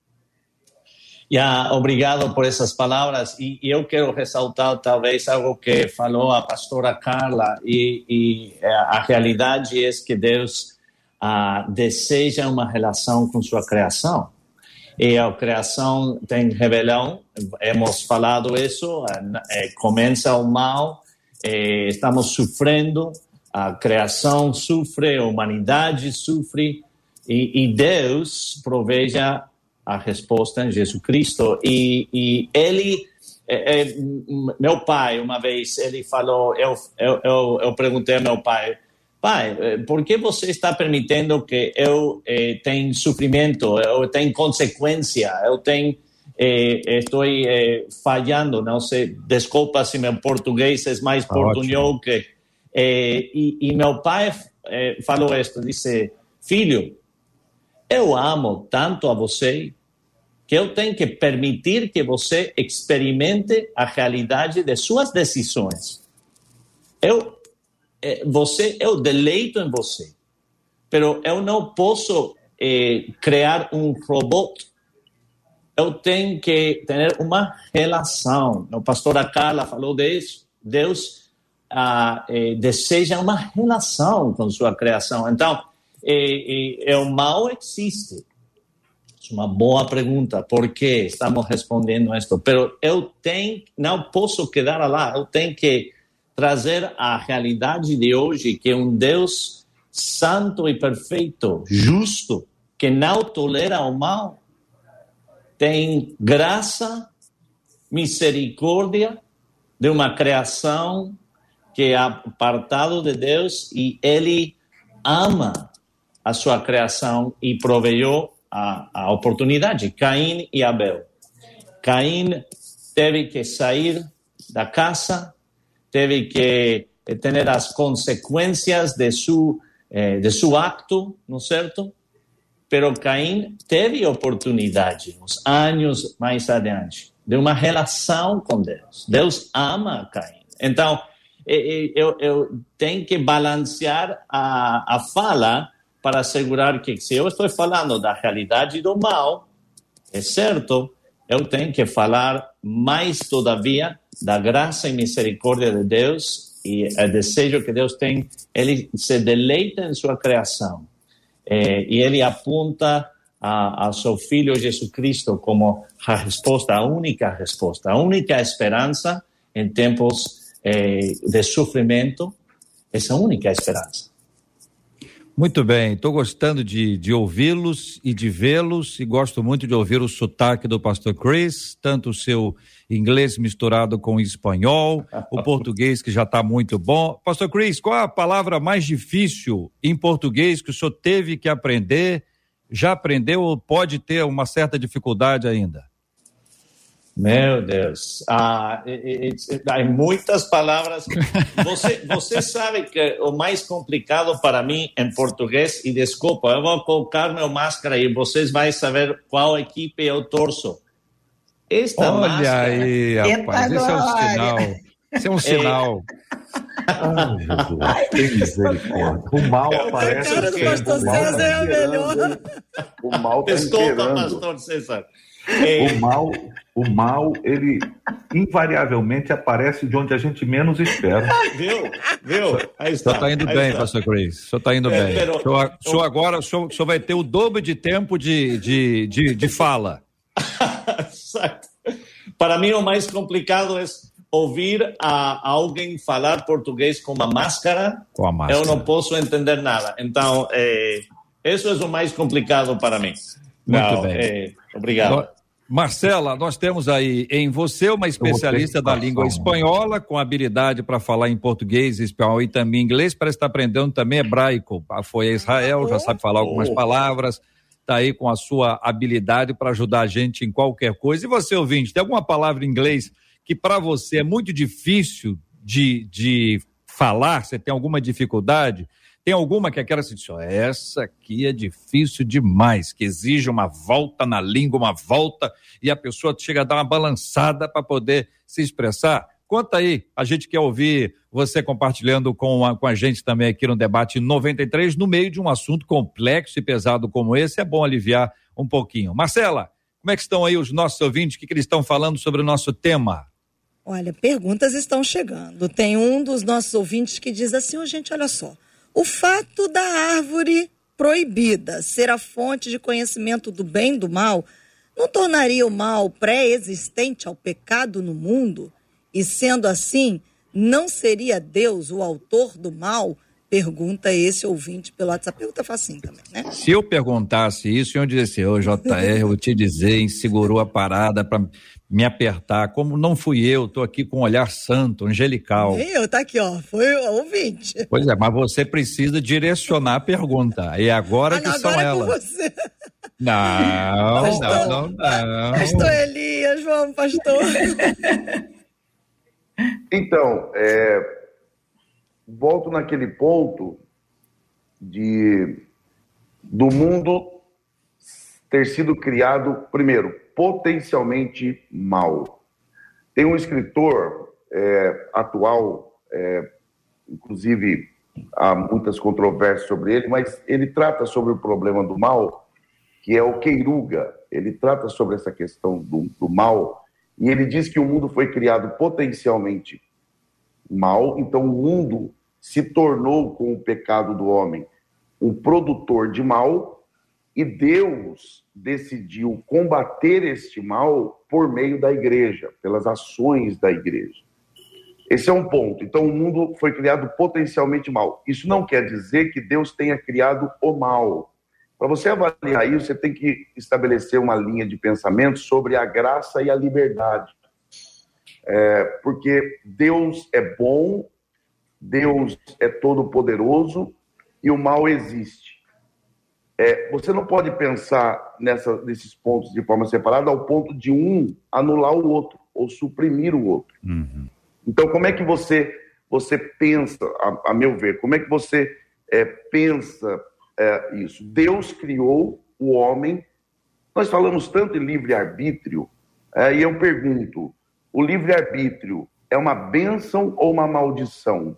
Obrigado por essas palavras, e eu quero ressaltar talvez algo que falou a pastora Carla, e a realidade é que Deus deseja uma relação com sua criação, e a criação tem rebelião, hemos falado isso, começa o mal, estamos sofrendo, a criação sofre, a humanidade sofre, e Deus proveja a resposta em Jesus Cristo. E ele, meu pai, uma vez, ele falou, eu perguntei ao meu pai, por que você está permitindo que eu tenha sofrimento, eu tenho consequência, estou falhando, não sei, desculpa se meu português é mais portunhol que... E meu pai falou isto, disse, filho, eu amo tanto a você que eu tenho que permitir que você experimente a realidade de suas decisões. Eu deleito em você, mas eu não posso criar um robô. Eu tenho que ter uma relação. A pastora Carla falou disso. Deus deseja uma relação com sua criação. Então, o mal existe. É uma boa pergunta. Por que estamos respondendo a isso? Mas eu não posso quedar lá. Eu tenho que trazer a realidade de hoje, que é um Deus santo e perfeito, justo, que não tolera o mal. Tem graça, misericórdia de uma criação que é apartado de Deus, e Ele ama a sua criação e proveu a oportunidade. Caim e Abel. Caim teve que sair da casa, teve que ter as consequências de seu acto, não é certo? Pero Caim teve oportunidade, uns anos mais adiante, de uma relação com Deus. Deus ama Caim. Então, eu tenho que balancear a fala para assegurar que, se eu estou falando da realidade do mal, é certo, eu tenho que falar mais todavia da graça e misericórdia de Deus e o desejo que Deus tem. Ele se deleita em sua criação, e ele aponta a seu Filho Jesus Cristo como a resposta, a única esperança em tempos de sofrimento, essa única esperança. Muito bem, estou gostando de ouvi-los e de vê-los, e gosto muito de ouvir o sotaque do pastor Chris, tanto o seu inglês misturado com o espanhol, o português que já está muito bom. Pastor Chris, qual a palavra mais difícil em português que o senhor teve que aprender, já aprendeu ou pode ter uma certa dificuldade ainda? Meu Deus, há muitas palavras. Você sabe que o mais complicado para mim em português, e desculpa, eu vou colocar minha máscara e vocês vão saber qual equipe eu torço. Esta Olha máscara... aí, rapaz, esse é um sinal. Esse é um sinal. Ai, Jesus, tem misericórdia. O mal aparece. A cara do pastor César é a melhor. O mal está Desculpa, imperando. pastor César. O mal, ele invariavelmente aparece de onde a gente menos espera. Viu? Aí O senhor está indo bem, pastor Chris. O senhor está indo bem. O senhor vai ter o dobro de tempo de fala. Exato. Para mim, o mais complicado é ouvir a alguém falar português com uma máscara, eu não posso entender nada. Então, isso é o mais complicado para mim. Muito bem. Obrigado. Marcela, nós temos aí em você uma especialista da língua espanhola, com habilidade para falar em português, espanhol e também inglês, parece estar aprendendo também hebraico. Foi a Israel, já sabe falar algumas palavras, está aí com a sua habilidade para ajudar a gente em qualquer coisa. E você, ouvinte, tem alguma palavra em inglês que para você é muito difícil de falar? Você tem alguma dificuldade? Tem alguma que aquela assim, essa aqui é difícil demais, que exige uma volta na língua, uma volta, e a pessoa chega a dar uma balançada para poder se expressar? Conta aí, a gente quer ouvir você compartilhando com a gente também aqui no Debate 93, no meio de um assunto complexo e pesado como esse, é bom aliviar um pouquinho. Marcela, como é que estão aí os nossos ouvintes? O que eles estão falando sobre o nosso tema? Olha, perguntas estão chegando. Tem um dos nossos ouvintes que diz assim, gente, olha só, o fato da árvore proibida ser a fonte de conhecimento do bem e do mal não tornaria o mal pré-existente ao pecado no mundo? E sendo assim, não seria Deus o autor do mal? Pergunta esse ouvinte pelo WhatsApp. Pergunta facinho também, né? Se eu perguntasse isso, eu dizer assim, JR, eu vou te dizer, segurou a parada para me apertar. Como não fui eu, estou aqui com um olhar santo, angelical. Tá aqui, foi o ouvinte. Pois é, mas você precisa direcionar a pergunta. E agora que são elas. Com você. Não. Pastor Elias, vamos, pastor. Então, volto naquele ponto do mundo ter sido criado, primeiro, potencialmente mal. Tem um escritor atual, inclusive há muitas controvérsias sobre ele, mas ele trata sobre o problema do mal, que é o Queiruga. Ele trata sobre essa questão do mal, e ele diz que o mundo foi criado potencialmente mal, então o mundo se tornou, com o pecado do homem, um produtor de mal, e Deus decidiu combater este mal por meio da igreja, pelas ações da igreja. Esse é um ponto. Então, o mundo foi criado potencialmente mal. Isso não quer dizer que Deus tenha criado o mal. Para você avaliar isso, você tem que estabelecer uma linha de pensamento sobre a graça e a liberdade. Porque Deus é bom, Deus é todo-poderoso e o mal existe. Você não pode pensar nesses pontos de forma separada ao ponto de um anular o outro ou suprimir o outro. Uhum. Então, como é que você pensa, a meu ver, como é que você pensa isso? Deus criou o homem. Nós falamos tanto em livre-arbítrio, e eu pergunto, o livre-arbítrio é uma bênção ou uma maldição?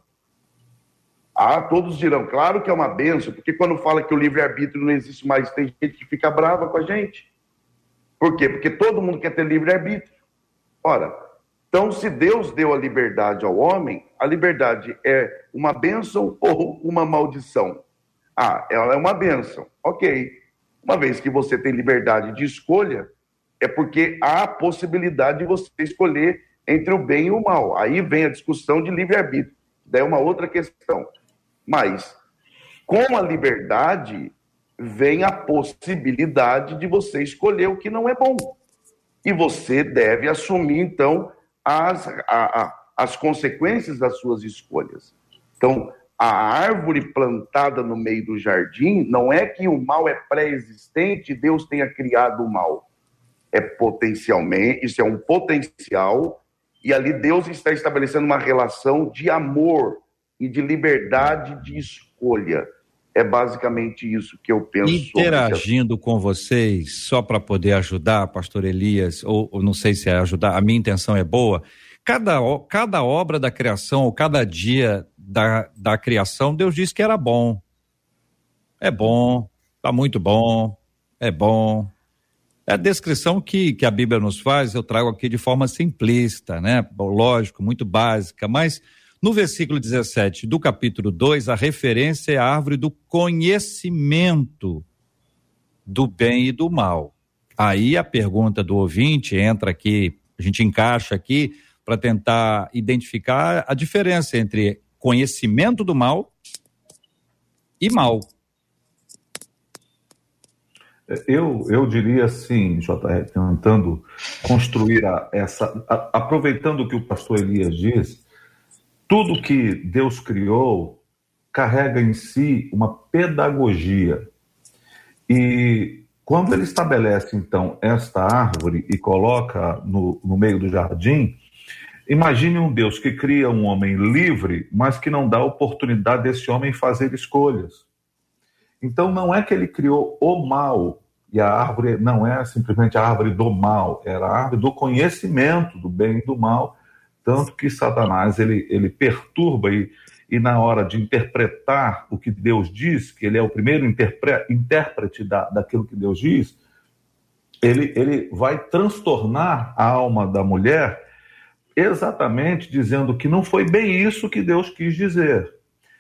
Todos dirão, claro que é uma bênção, porque quando fala que o livre-arbítrio não existe mais, tem gente que fica brava com a gente. Por quê? Porque todo mundo quer ter livre-arbítrio. Ora, então se Deus deu a liberdade ao homem, a liberdade é uma bênção ou uma maldição? Ela é uma bênção. Ok. Uma vez que você tem liberdade de escolha, é porque há a possibilidade de você escolher entre o bem e o mal. Aí vem a discussão de livre-arbítrio. Daí é uma outra questão. Mas, com a liberdade, vem a possibilidade de você escolher o que não é bom. E você deve assumir, então, as consequências das suas escolhas. Então, a árvore plantada no meio do jardim, não é que o mal é pré-existente e Deus tenha criado o mal. Potencialmente, isso é um potencial, e ali Deus está estabelecendo uma relação de amor e de liberdade de escolha. É basicamente isso que eu penso. Interagindo com vocês, só para poder ajudar, pastor Elias, ou não sei se é ajudar, a minha intenção é boa. Cada obra da criação, ou cada dia da criação, Deus disse que era bom. É bom, está muito bom, é bom. É a descrição que a Bíblia nos faz, eu trago aqui de forma simplista, né? Lógico, muito básica, mas no versículo 17 do capítulo 2, a referência é a árvore do conhecimento do bem e do mal. Aí a pergunta do ouvinte entra aqui, a gente encaixa aqui, para tentar identificar a diferença entre conhecimento do mal e mal. Eu diria assim, J.R., tentando construir aproveitando o que o pastor Elias diz, tudo que Deus criou carrega em si uma pedagogia. E quando ele estabelece, então, esta árvore e coloca no meio do jardim, imagine um Deus que cria um homem livre, mas que não dá oportunidade desse homem fazer escolhas. Então, não é que ele criou o mal, e a árvore não é simplesmente a árvore do mal, era a árvore do conhecimento do bem e do mal, tanto que Satanás ele perturba e na hora de interpretar o que Deus diz, que ele é o primeiro intérprete daquilo que Deus diz, ele vai transtornar a alma da mulher exatamente dizendo que não foi bem isso que Deus quis dizer.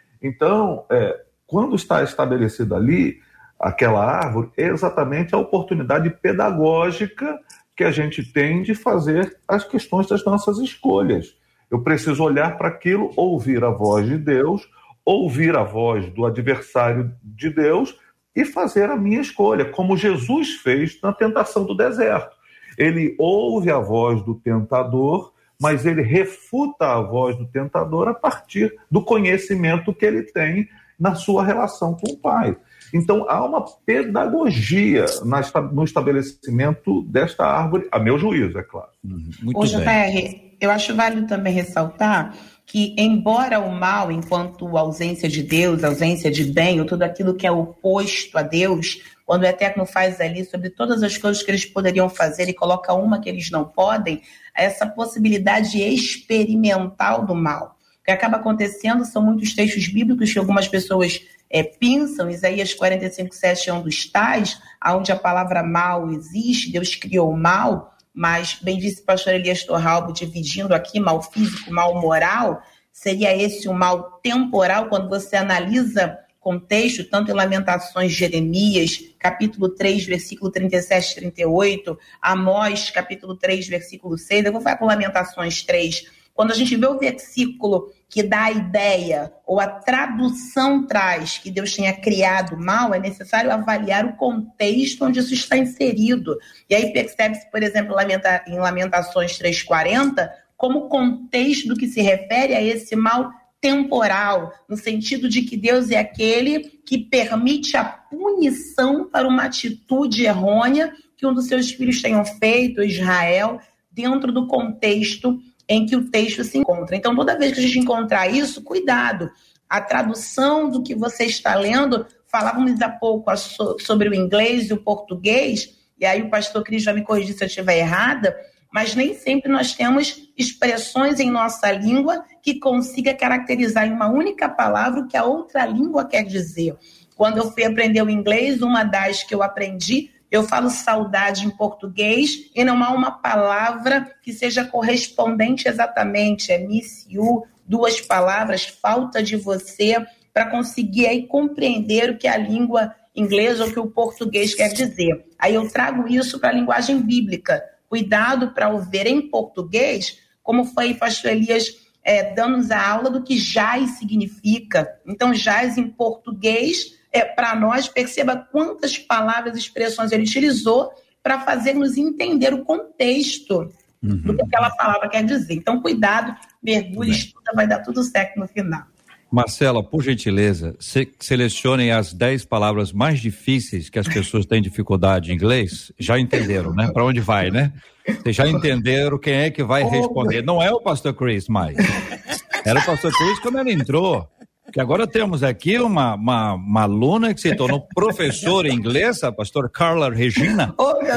Então, quando está estabelecida ali aquela árvore, é exatamente a oportunidade pedagógica que a gente tem de fazer as questões das nossas escolhas. Eu preciso olhar para aquilo, ouvir a voz de Deus, ouvir a voz do adversário de Deus e fazer a minha escolha, como Jesus fez na tentação do deserto. Ele ouve a voz do tentador, mas ele refuta a voz do tentador a partir do conhecimento que ele tem na sua relação com o Pai. Então, há uma pedagogia no estabelecimento desta árvore, a meu juízo, é claro. Muito bem. Eu acho válido também ressaltar que, embora o mal, enquanto ausência de Deus, ausência de bem, ou tudo aquilo que é oposto a Deus, quando o Eterno faz ali sobre todas as coisas que eles poderiam fazer e coloca uma que eles não podem, essa possibilidade experimental do mal. O que acaba acontecendo são muitos textos bíblicos que algumas pessoas pensam, Isaías 45:7 é um dos tais, onde a palavra mal existe, Deus criou o mal, mas, bem disse o pastor Elias Torralbo, dividindo aqui mal físico, mal moral, seria esse o mal temporal, quando você analisa contexto, tanto em Lamentações de Jeremias, capítulo 3, versículo 37 e 38, Amós, capítulo 3, versículo 6, eu vou falar com Lamentações 3, quando a gente vê o versículo que dá a ideia, ou a tradução traz que Deus tenha criado mal, é necessário avaliar o contexto onde isso está inserido. E aí percebe-se, por exemplo, em Lamentações 3:40, como contexto do que se refere a esse mal temporal, no sentido de que Deus é aquele que permite a punição para uma atitude errônea que um dos seus filhos tenham feito, Israel, dentro do contexto em que o texto se encontra. Então, toda vez que a gente encontrar isso, cuidado. A tradução do que você está lendo, falávamos há pouco sobre o inglês e o português, e aí o pastor Cris vai me corrigir se eu estiver errada, mas nem sempre nós temos expressões em nossa língua que consiga caracterizar em uma única palavra o que a outra língua quer dizer. Quando eu fui aprender o inglês, uma das que eu aprendi, eu falo saudade em português e não há uma palavra que seja correspondente exatamente. É miss you, 2 palavras, falta de você, para conseguir aí compreender o que a língua inglesa ou que o português quer dizer. Aí eu trago isso para a linguagem bíblica. Cuidado para o ver em português, como foi o pastor Elias dando-nos a aula do que jaz significa. Então, jaz em português, para nós, perceba quantas palavras e expressões ele utilizou para fazer-nos entender o contexto do que aquela palavra quer dizer. Então, cuidado, mergulhe, estuda, vai dar tudo certo no final. Marcela, por gentileza, selecionem as 10 palavras mais difíceis que as pessoas têm dificuldade em inglês. Já entenderam, né? Para onde vai, né? Vocês já entenderam quem é que vai responder. Não é o pastor Chris mais. Era o pastor Chris quando ele entrou. Porque agora temos aqui uma aluna que se tornou professora em inglês, a pastora Carla Regina.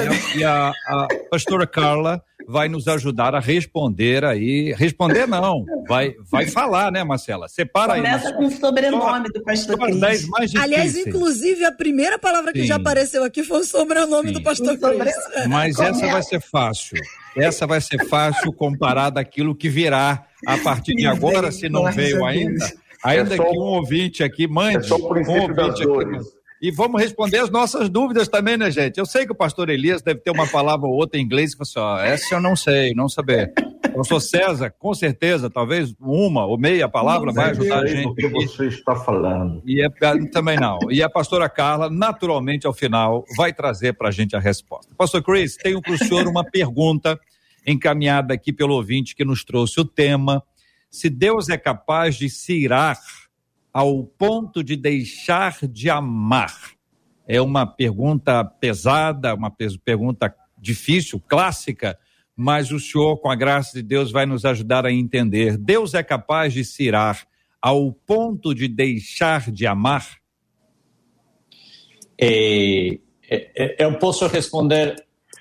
E a pastora Carla vai nos ajudar a responder aí. Responder não, vai falar, né, Marcela? Separa aí. Começa com o sobrenome do pastor Cris. Aliás, inclusive, a primeira palavra que já apareceu aqui foi o sobrenome do pastor Cris. Mas essa vai ser fácil. Essa vai ser fácil comparada àquilo que virá a partir de agora, se não veio ainda. Ainda que um ouvinte aqui, mande um ouvinte aqui. E vamos responder as nossas dúvidas também, né, gente? Eu sei que o pastor Elias deve ter uma palavra ou outra em inglês que você, essa eu não sei, não saber. Professor César, com certeza, talvez uma ou meia palavra vai ajudar a gente. O que você está falando. Também não. E a pastora Carla, naturalmente, ao final, vai trazer para a gente a resposta. Pastor Chris, tenho para o senhor uma pergunta encaminhada aqui pelo ouvinte que nos trouxe o tema: se Deus é capaz de se irar ao ponto de deixar de amar. É uma pergunta pesada, uma pergunta difícil, clássica, mas o senhor, com a graça de Deus, vai nos ajudar a entender. Deus é capaz de se irar ao ponto de deixar de amar? Eu posso responder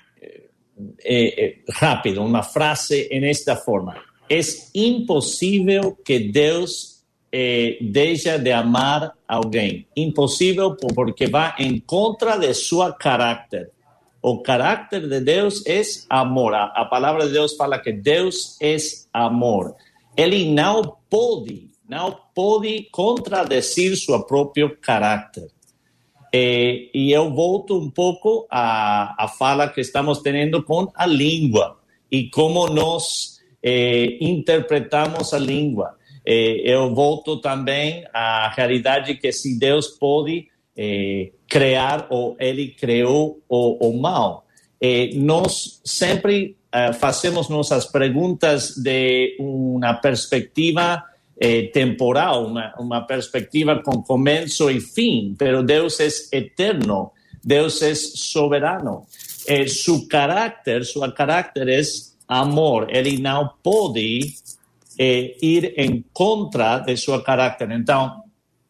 rápido, uma frase nesta forma: é impossível que Deus deixe de amar alguém. Impossível, porque vai em contra de seu caráter. O caráter de Deus é amor. A palavra de Deus fala que Deus é amor. Ele não pode contradizer seu próprio caráter. E eu volto um pouco à fala que estamos tendo com a língua e como nós interpretamos a língua. Eu volto também à realidade que se Deus pode criar, ou ele criou o mal. Nós sempre fazemos nossas perguntas de uma perspectiva temporal, uma perspectiva com começo e fim, pero Deus é eterno, Deus é soberano. Seu caráter é amor, ele não pode ir em contra de seu caráter. Então,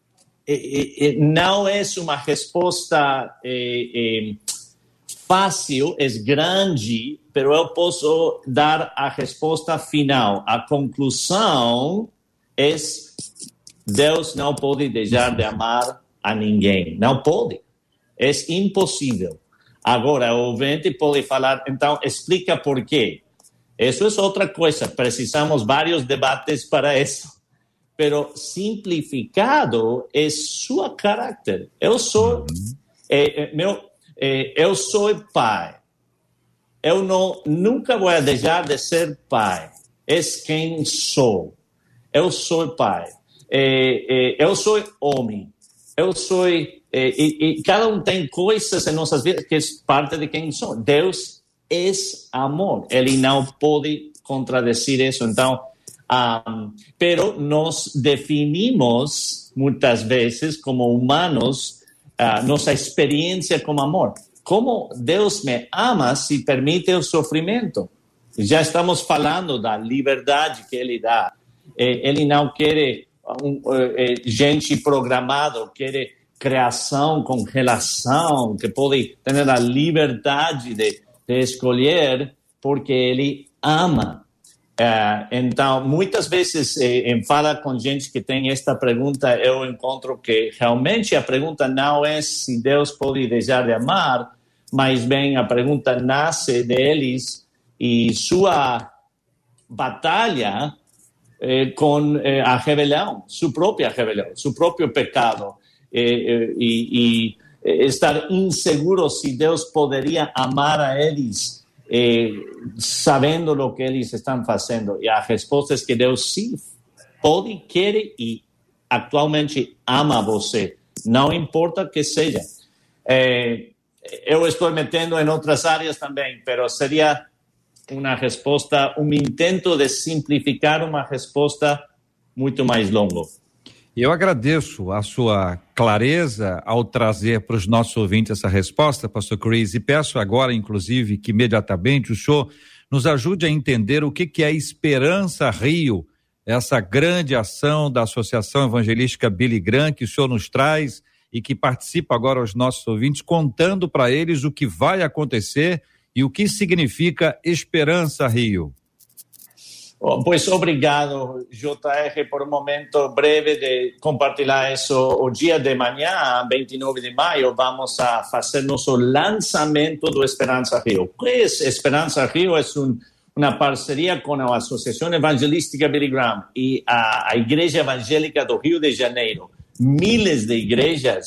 não é uma resposta fácil, é grande, mas eu posso dar a resposta final. A conclusão é: Deus não pode deixar de amar a ninguém. Não pode. É impossível. Agora, o ouvinte pode falar, então, explica por quê. Isso é outra coisa. Precisamos vários debates para isso. Pero simplificado é seu caráter. Eu sou pai. Eu nunca vou deixar de ser pai. É quem sou. Eu sou pai. Eu sou homem. Eu sou... E cada um tem coisas em nossas vidas que é parte de quem sou. Deus é amor. Ele não pode contradizer isso. Então, pero nos definimos muitas vezes como humanos nossa experiência com amor. Como Deus me ama se permite o sofrimento? Já estamos falando da liberdade que Ele dá. Ele não quer gente programada, quer criação com relação, que pode ter a liberdade de escolher, porque Ele ama. Então, muitas vezes, em fala com gente que tem esta pergunta, eu encontro que realmente a pergunta não é se Deus pode deixar de amar, mas bem, a pergunta nasce deles e sua batalha com a rebelião, sua própria rebelião, seu próprio pecado, e estar inseguro se Deus poderia amar a eles, sabendo o que eles estão fazendo. E a resposta é que Deus sim pode, quer e atualmente ama você, não importa que seja. Eu estou metendo em outras áreas também, mas seria uma resposta, intento de simplificar uma resposta muito mais longa. Eu agradeço a sua clareza ao trazer para os nossos ouvintes essa resposta, pastor Chris, e peço agora, inclusive, que imediatamente o senhor nos ajude a entender o que é Esperança Rio, essa grande ação da Associação Evangelística Billy Graham que o senhor nos traz e que participa agora aos nossos ouvintes, contando para eles o que vai acontecer e o que significa Esperança Rio. Pois obrigado, JR, por um momento breve de compartilhar isso. O dia de manhã, 29 de maio, vamos a fazer nosso lançamento do Esperança Rio. O que é Esperança Rio? É uma parceria com a Associação Evangelística Billy Graham e a Igreja Evangélica do Rio de Janeiro. Miles de igrejas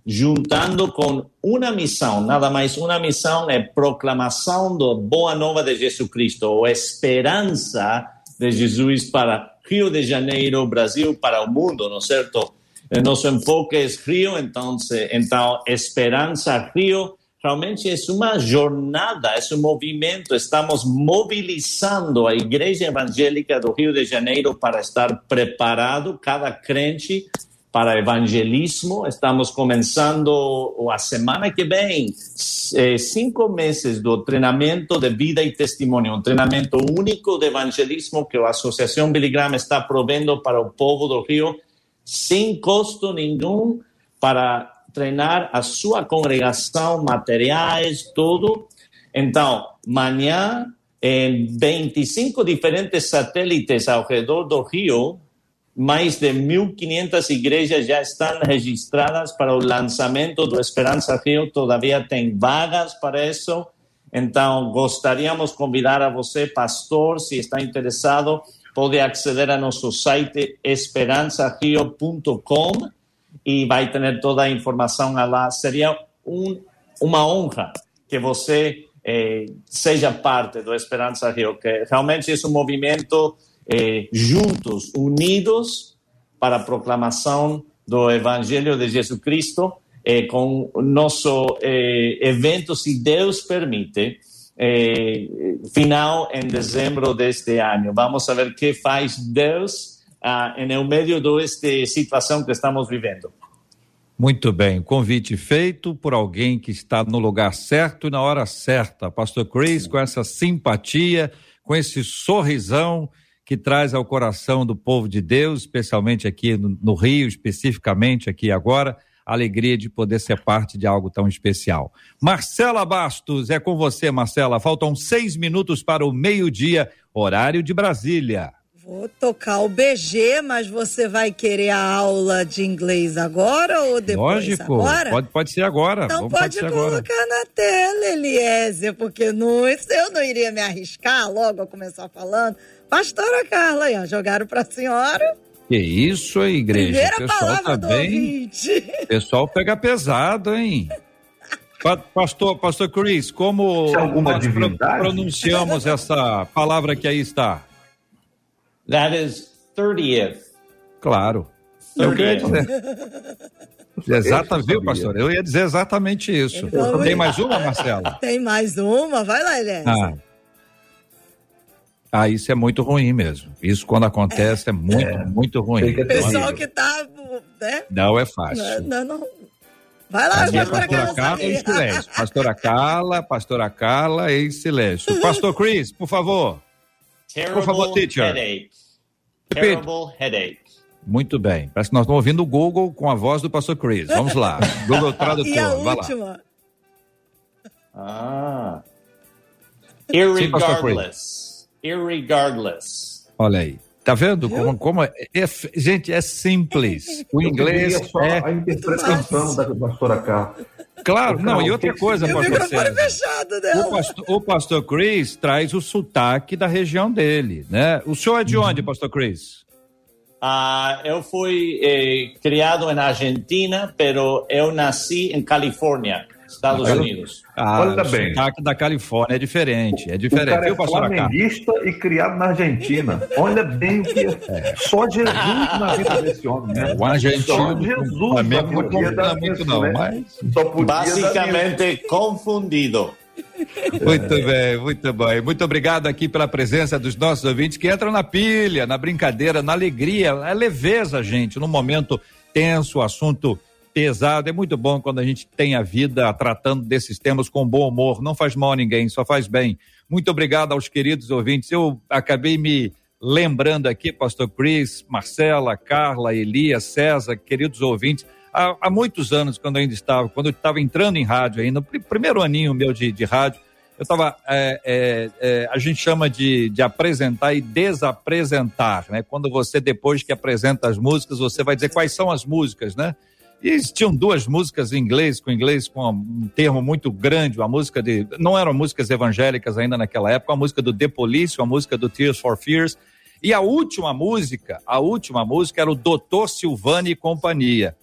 juntando com uma missão, nada mais uma missão, é proclamação da boa nova de Jesus Cristo, ou esperança de Jesus para Rio de Janeiro, Brasil, para o mundo, ¿no es cierto? Nosso enfoque é Rio, então Esperança Rio realmente é uma jornada, é um movimento. Estamos mobilizando a Igreja Evangélica do Rio de Janeiro para estar preparado, cada crente, para evangelismo. Estamos começando a semana que vem 5 meses do treinamento de vida e testemunho, um treinamento único de evangelismo que a Associação Billy Graham está provendo para o povo do Rio, sem custo nenhum, para treinar a sua congregação, materiais, tudo. Então, amanhã, em 25 diferentes satélites ao redor do Rio, mais de 1.500 igrejas já estão registradas para o lançamento do Esperança Rio. Todavia tem vagas para isso. Então, gostaríamos de convidar a você, pastor, se está interessado, pode aceder a nosso site esperanzario.com e vai ter toda a informação lá. Seria uma honra que você seja parte do Esperança Rio, que realmente é um movimento juntos, unidos para a proclamação do Evangelho de Jesus Cristo, com o nosso evento, se Deus permite, final em dezembro deste ano. Vamos ver o que faz Deus no meio desta situação que estamos vivendo. Muito bem, convite feito por alguém que está no lugar certo e na hora certa. Pastor Chris, com essa simpatia, com esse sorrisão que traz ao coração do povo de Deus, especialmente aqui no Rio, especificamente aqui agora, a alegria de poder ser parte de algo tão especial. Marcela Bastos, é com você, Marcela. Faltam 6 minutos para o meio-dia, horário de Brasília. Vou tocar o BG, mas você vai querer a aula de inglês agora ou depois? Lógico, agora? Pode ser agora. Então pode colocar na tela, Eliezer, porque eu não iria me arriscar logo a começar falando. Pastora Carla, aí, ó, jogaram para a senhora. Que isso, hein, igreja? Primeira pessoal palavra tá do bem. ouvinte. Pessoal pega pesado, hein? Pastor Chris, como nós pronunciamos essa palavra que aí está? That is 30th. Claro. 30th. Eu queria dizer. Exatamente, viu, pastor? Eu ia dizer exatamente isso. Então, tem mais uma, Marcela? Tem mais uma? Vai lá, Eliezer. Isso é muito ruim mesmo. Isso, quando acontece, é muito ruim. O pessoal que tá... né? Não é fácil. Não. Vai lá, pastora Carla. Em silêncio. Pastora Carla, em silêncio. Pastor Chris, por favor. Por favor, teacher. Terrible headache. Muito bem. Parece que nós estamos ouvindo o Google com a voz do pastor Chris. Vamos lá. Google Tradutor. E a vai última? Lá. Irregardless. Olha aí. Tá vendo como gente, é simples. O inglês a interpretação da pastora Carla. Claro, não, e outra coisa, pastor César, fechado dela. o pastor Chris traz o sotaque da região dele, né? O senhor é de onde, pastor Chris? Eu fui criado na Argentina, pero eu nasci em Califórnia, Estados Unidos. Olha bem. O sotaque da Califórnia é diferente, o cara viu, é pastor flamenguista e criado na Argentina. Olha bem o que só Jesus na vida desse homem, né? O argentino só Jesus não podia dar muito não, né? Mas só podia basicamente confundido. Muito bem. Muito obrigado aqui pela presença dos nossos ouvintes que entram na pilha, na brincadeira, na alegria, a leveza, gente, num momento tenso, assunto pesado. É muito bom quando a gente tem a vida tratando desses temas com bom humor. Não faz mal a ninguém, só faz bem. Muito obrigado aos queridos ouvintes. Eu acabei me lembrando aqui, pastor Chris, Marcela, Carla, Elias, César, queridos ouvintes, há muitos anos, quando eu estava entrando em rádio ainda, no primeiro aninho meu de rádio, eu estava, a gente chama de apresentar e desapresentar, né? Quando você, depois que apresenta as músicas, você vai dizer quais são as músicas, né? E existiam 2 músicas em inglês com um termo muito grande, não eram músicas evangélicas ainda naquela época, a música do The Police, a música do Tears for Fears, e a última música era o Dr. Silvani e Companhia.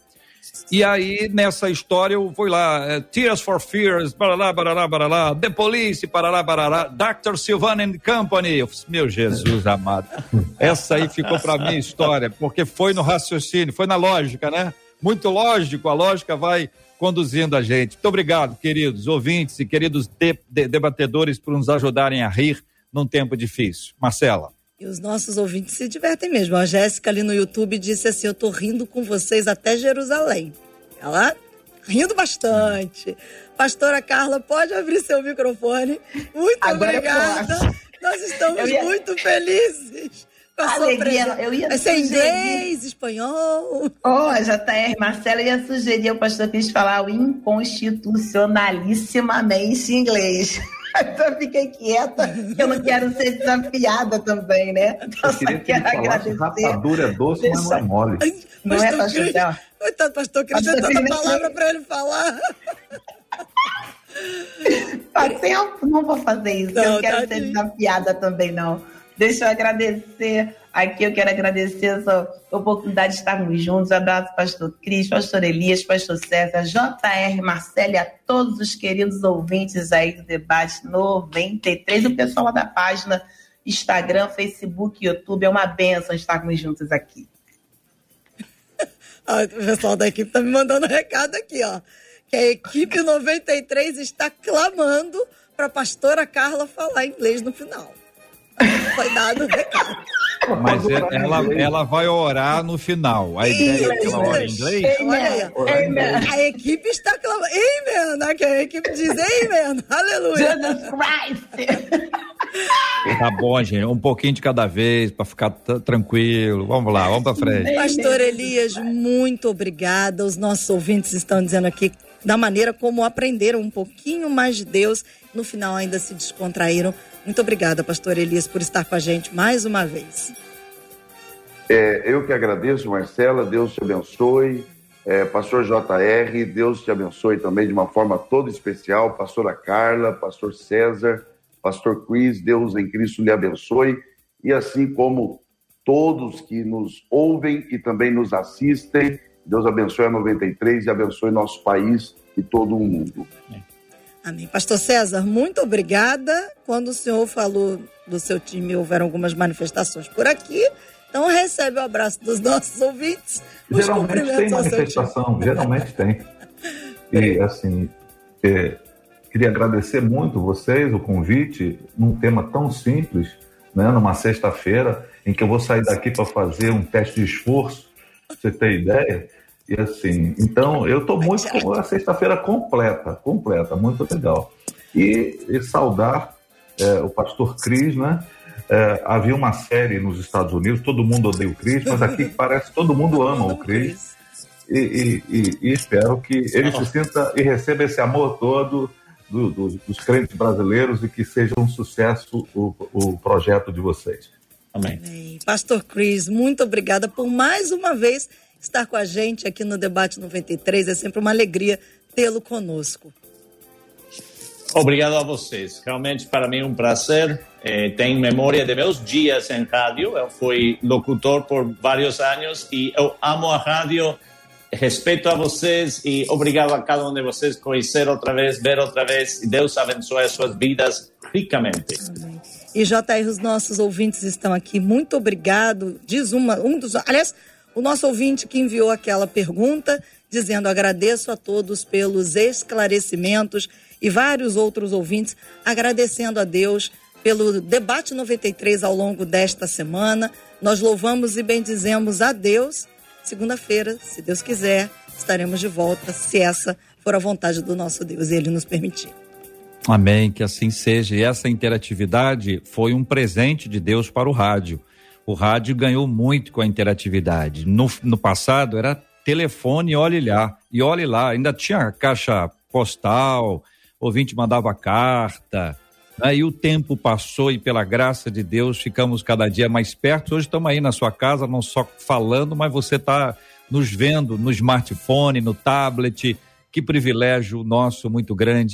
E aí, nessa história, eu fui lá, Tears for Fears, barará, barará, barará, The Police, barará, barará, Dr. Sylvan and Company. Meu Jesus amado. Essa aí ficou pra minha história, porque foi no raciocínio, foi na lógica, né? Muito lógico, a lógica vai conduzindo a gente. Muito obrigado, queridos ouvintes e queridos debatedores, por nos ajudarem a rir num tempo difícil. Marcela. E os nossos ouvintes se divertem mesmo. A Jéssica ali no YouTube disse assim: eu tô rindo com vocês até Jerusalém. Ela rindo bastante. Pastora Carla, pode abrir seu microfone. Muito obrigada. Nós estamos muito felizes com a sua presença. Vai ser inglês, espanhol. JR, Marcela ia sugerir ao pastor Cris falar o inconstitucionalissimamente em inglês. Então fiquei quieta, eu não quero ser desafiada também, né? Então, eu queria que ele falasse, rapadura é doce, mas não é mole. Não é, pastor Cris? Coitado, pastor Cris, tentando a palavra para ele falar. Não vou fazer isso, eu não quero ser desafiada também, não. Deixa eu agradecer aqui, eu quero agradecer essa oportunidade de estarmos juntos. Abraço, pastor Cris, pastor Elias, pastor César, JR, Marcela e a todos os queridos ouvintes aí do Debate 93, o pessoal lá da página Instagram, Facebook, YouTube. É uma bênção estarmos juntos aqui. O pessoal da equipe tá me mandando um recado aqui, ó. Que a equipe 93 está clamando para a pastora Carla falar inglês no final. Foi dado o recado. Mas ela vai orar no final. A ideia é que ela ora em inglês? Olha aí. A equipe está clamando. Amen. A equipe diz amen. Aleluia. Jesus Christ. Tá bom, gente. Um pouquinho de cada vez para ficar tranquilo. Vamos lá, vamos para frente. Pastor Elias, muito obrigada. Os nossos ouvintes estão dizendo aqui da maneira como aprenderam um pouquinho mais de Deus. No final ainda se descontraíram. Muito obrigada, pastor Elias, por estar com a gente mais uma vez. Eu que agradeço, Marcela, Deus te abençoe. Pastor JR, Deus te abençoe também de uma forma toda especial. Pastora Carla, pastor César, pastor Cris, Deus em Cristo lhe abençoe. E assim como todos que nos ouvem e também nos assistem, Deus abençoe a 93 e abençoe nosso país e todo o mundo. Amém. Pastor César, muito obrigada. Quando o senhor falou do seu time, houveram algumas manifestações por aqui. Então recebe o abraço dos nossos ouvintes. Geralmente tem manifestação, geralmente tem. E assim, queria agradecer muito vocês, o convite, num tema tão simples, né, numa sexta-feira, em que eu vou sair daqui para fazer um teste de esforço, pra você ter ideia. E assim, então eu estou muito com a sexta-feira completa, muito legal. E saudar o pastor Cris, né? Havia uma série nos Estados Unidos, todo mundo odeia o Cris, mas aqui parece que todo mundo ama o Cris. E espero que ele se sinta e receba esse amor todo dos crentes brasileiros e que seja um sucesso o projeto de vocês. Amém. Pastor Cris, muito obrigada por mais uma vez estar com a gente aqui no Debate 93. É sempre uma alegria tê-lo conosco. Obrigado a vocês. Realmente, para mim, é um prazer. Tenho memória de meus dias em rádio. Eu fui locutor por vários anos e eu amo a rádio. Respeito a vocês e obrigado a cada um de vocês conhecer outra vez, ver outra vez. E Deus abençoe as suas vidas ricamente. Amém. E JR, os nossos ouvintes estão aqui. Muito obrigado. Diz aliás, o nosso ouvinte que enviou aquela pergunta, dizendo: agradeço a todos pelos esclarecimentos, e vários outros ouvintes agradecendo a Deus pelo Debate 93 ao longo desta semana. Nós louvamos e bendizemos a Deus. Segunda-feira, se Deus quiser, estaremos de volta, se essa for a vontade do nosso Deus e Ele nos permitir. Amém, que assim seja. E essa interatividade foi um presente de Deus para o rádio. O rádio ganhou muito com a interatividade. No passado era telefone, olhe lá, ainda tinha caixa postal, ouvinte mandava carta, aí o tempo passou e pela graça de Deus ficamos cada dia mais perto. Hoje estamos aí na sua casa, não só falando, mas você está nos vendo no smartphone, no tablet. Que privilégio nosso muito grande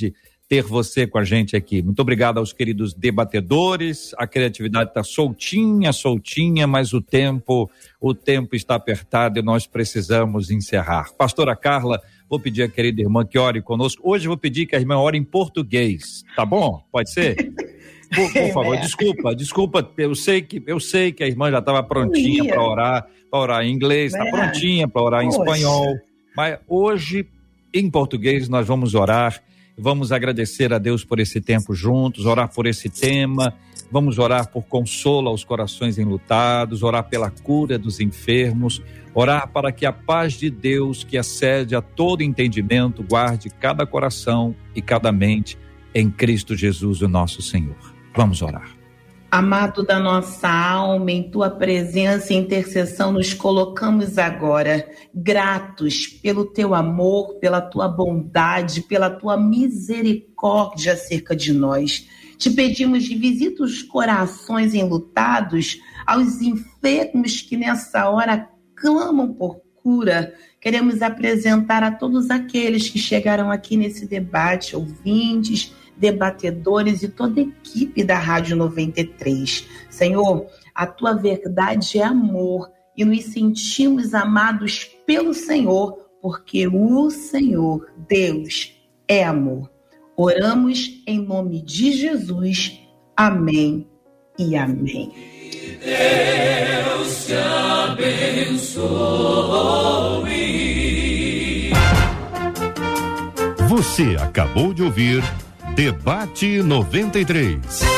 ter você com a gente aqui. Muito obrigado aos queridos debatedores. A criatividade está soltinha, mas o tempo está apertado e nós precisamos encerrar. Pastora Carla, vou pedir à querida irmã que ore conosco. Hoje eu vou pedir que a irmã ore em português, tá bom? Pode ser? Por favor, desculpa, eu sei que a irmã já estava prontinha para orar em inglês, está prontinha para orar em espanhol, mas hoje em português nós vamos orar. Vamos agradecer a Deus por esse tempo juntos, orar por esse tema, vamos orar por consolo aos corações enlutados, orar pela cura dos enfermos, orar para que a paz de Deus, que excede a todo entendimento, guarde cada coração e cada mente em Cristo Jesus, o nosso Senhor. Vamos orar. Amado da nossa alma, em tua presença e intercessão nos colocamos agora, gratos pelo teu amor, pela tua bondade, pela tua misericórdia acerca de nós. Te pedimos de visita os corações enlutados, aos enfermos que nessa hora clamam por cura. Queremos apresentar a todos aqueles que chegaram aqui nesse debate, ouvintes, debatedores e toda a equipe da Rádio 93. Senhor, a tua verdade é amor e nos sentimos amados pelo Senhor, porque o Senhor, Deus, é amor. Oramos em nome de Jesus. Amém e amém. Deus te abençoe. Você acabou de ouvir Debate 93.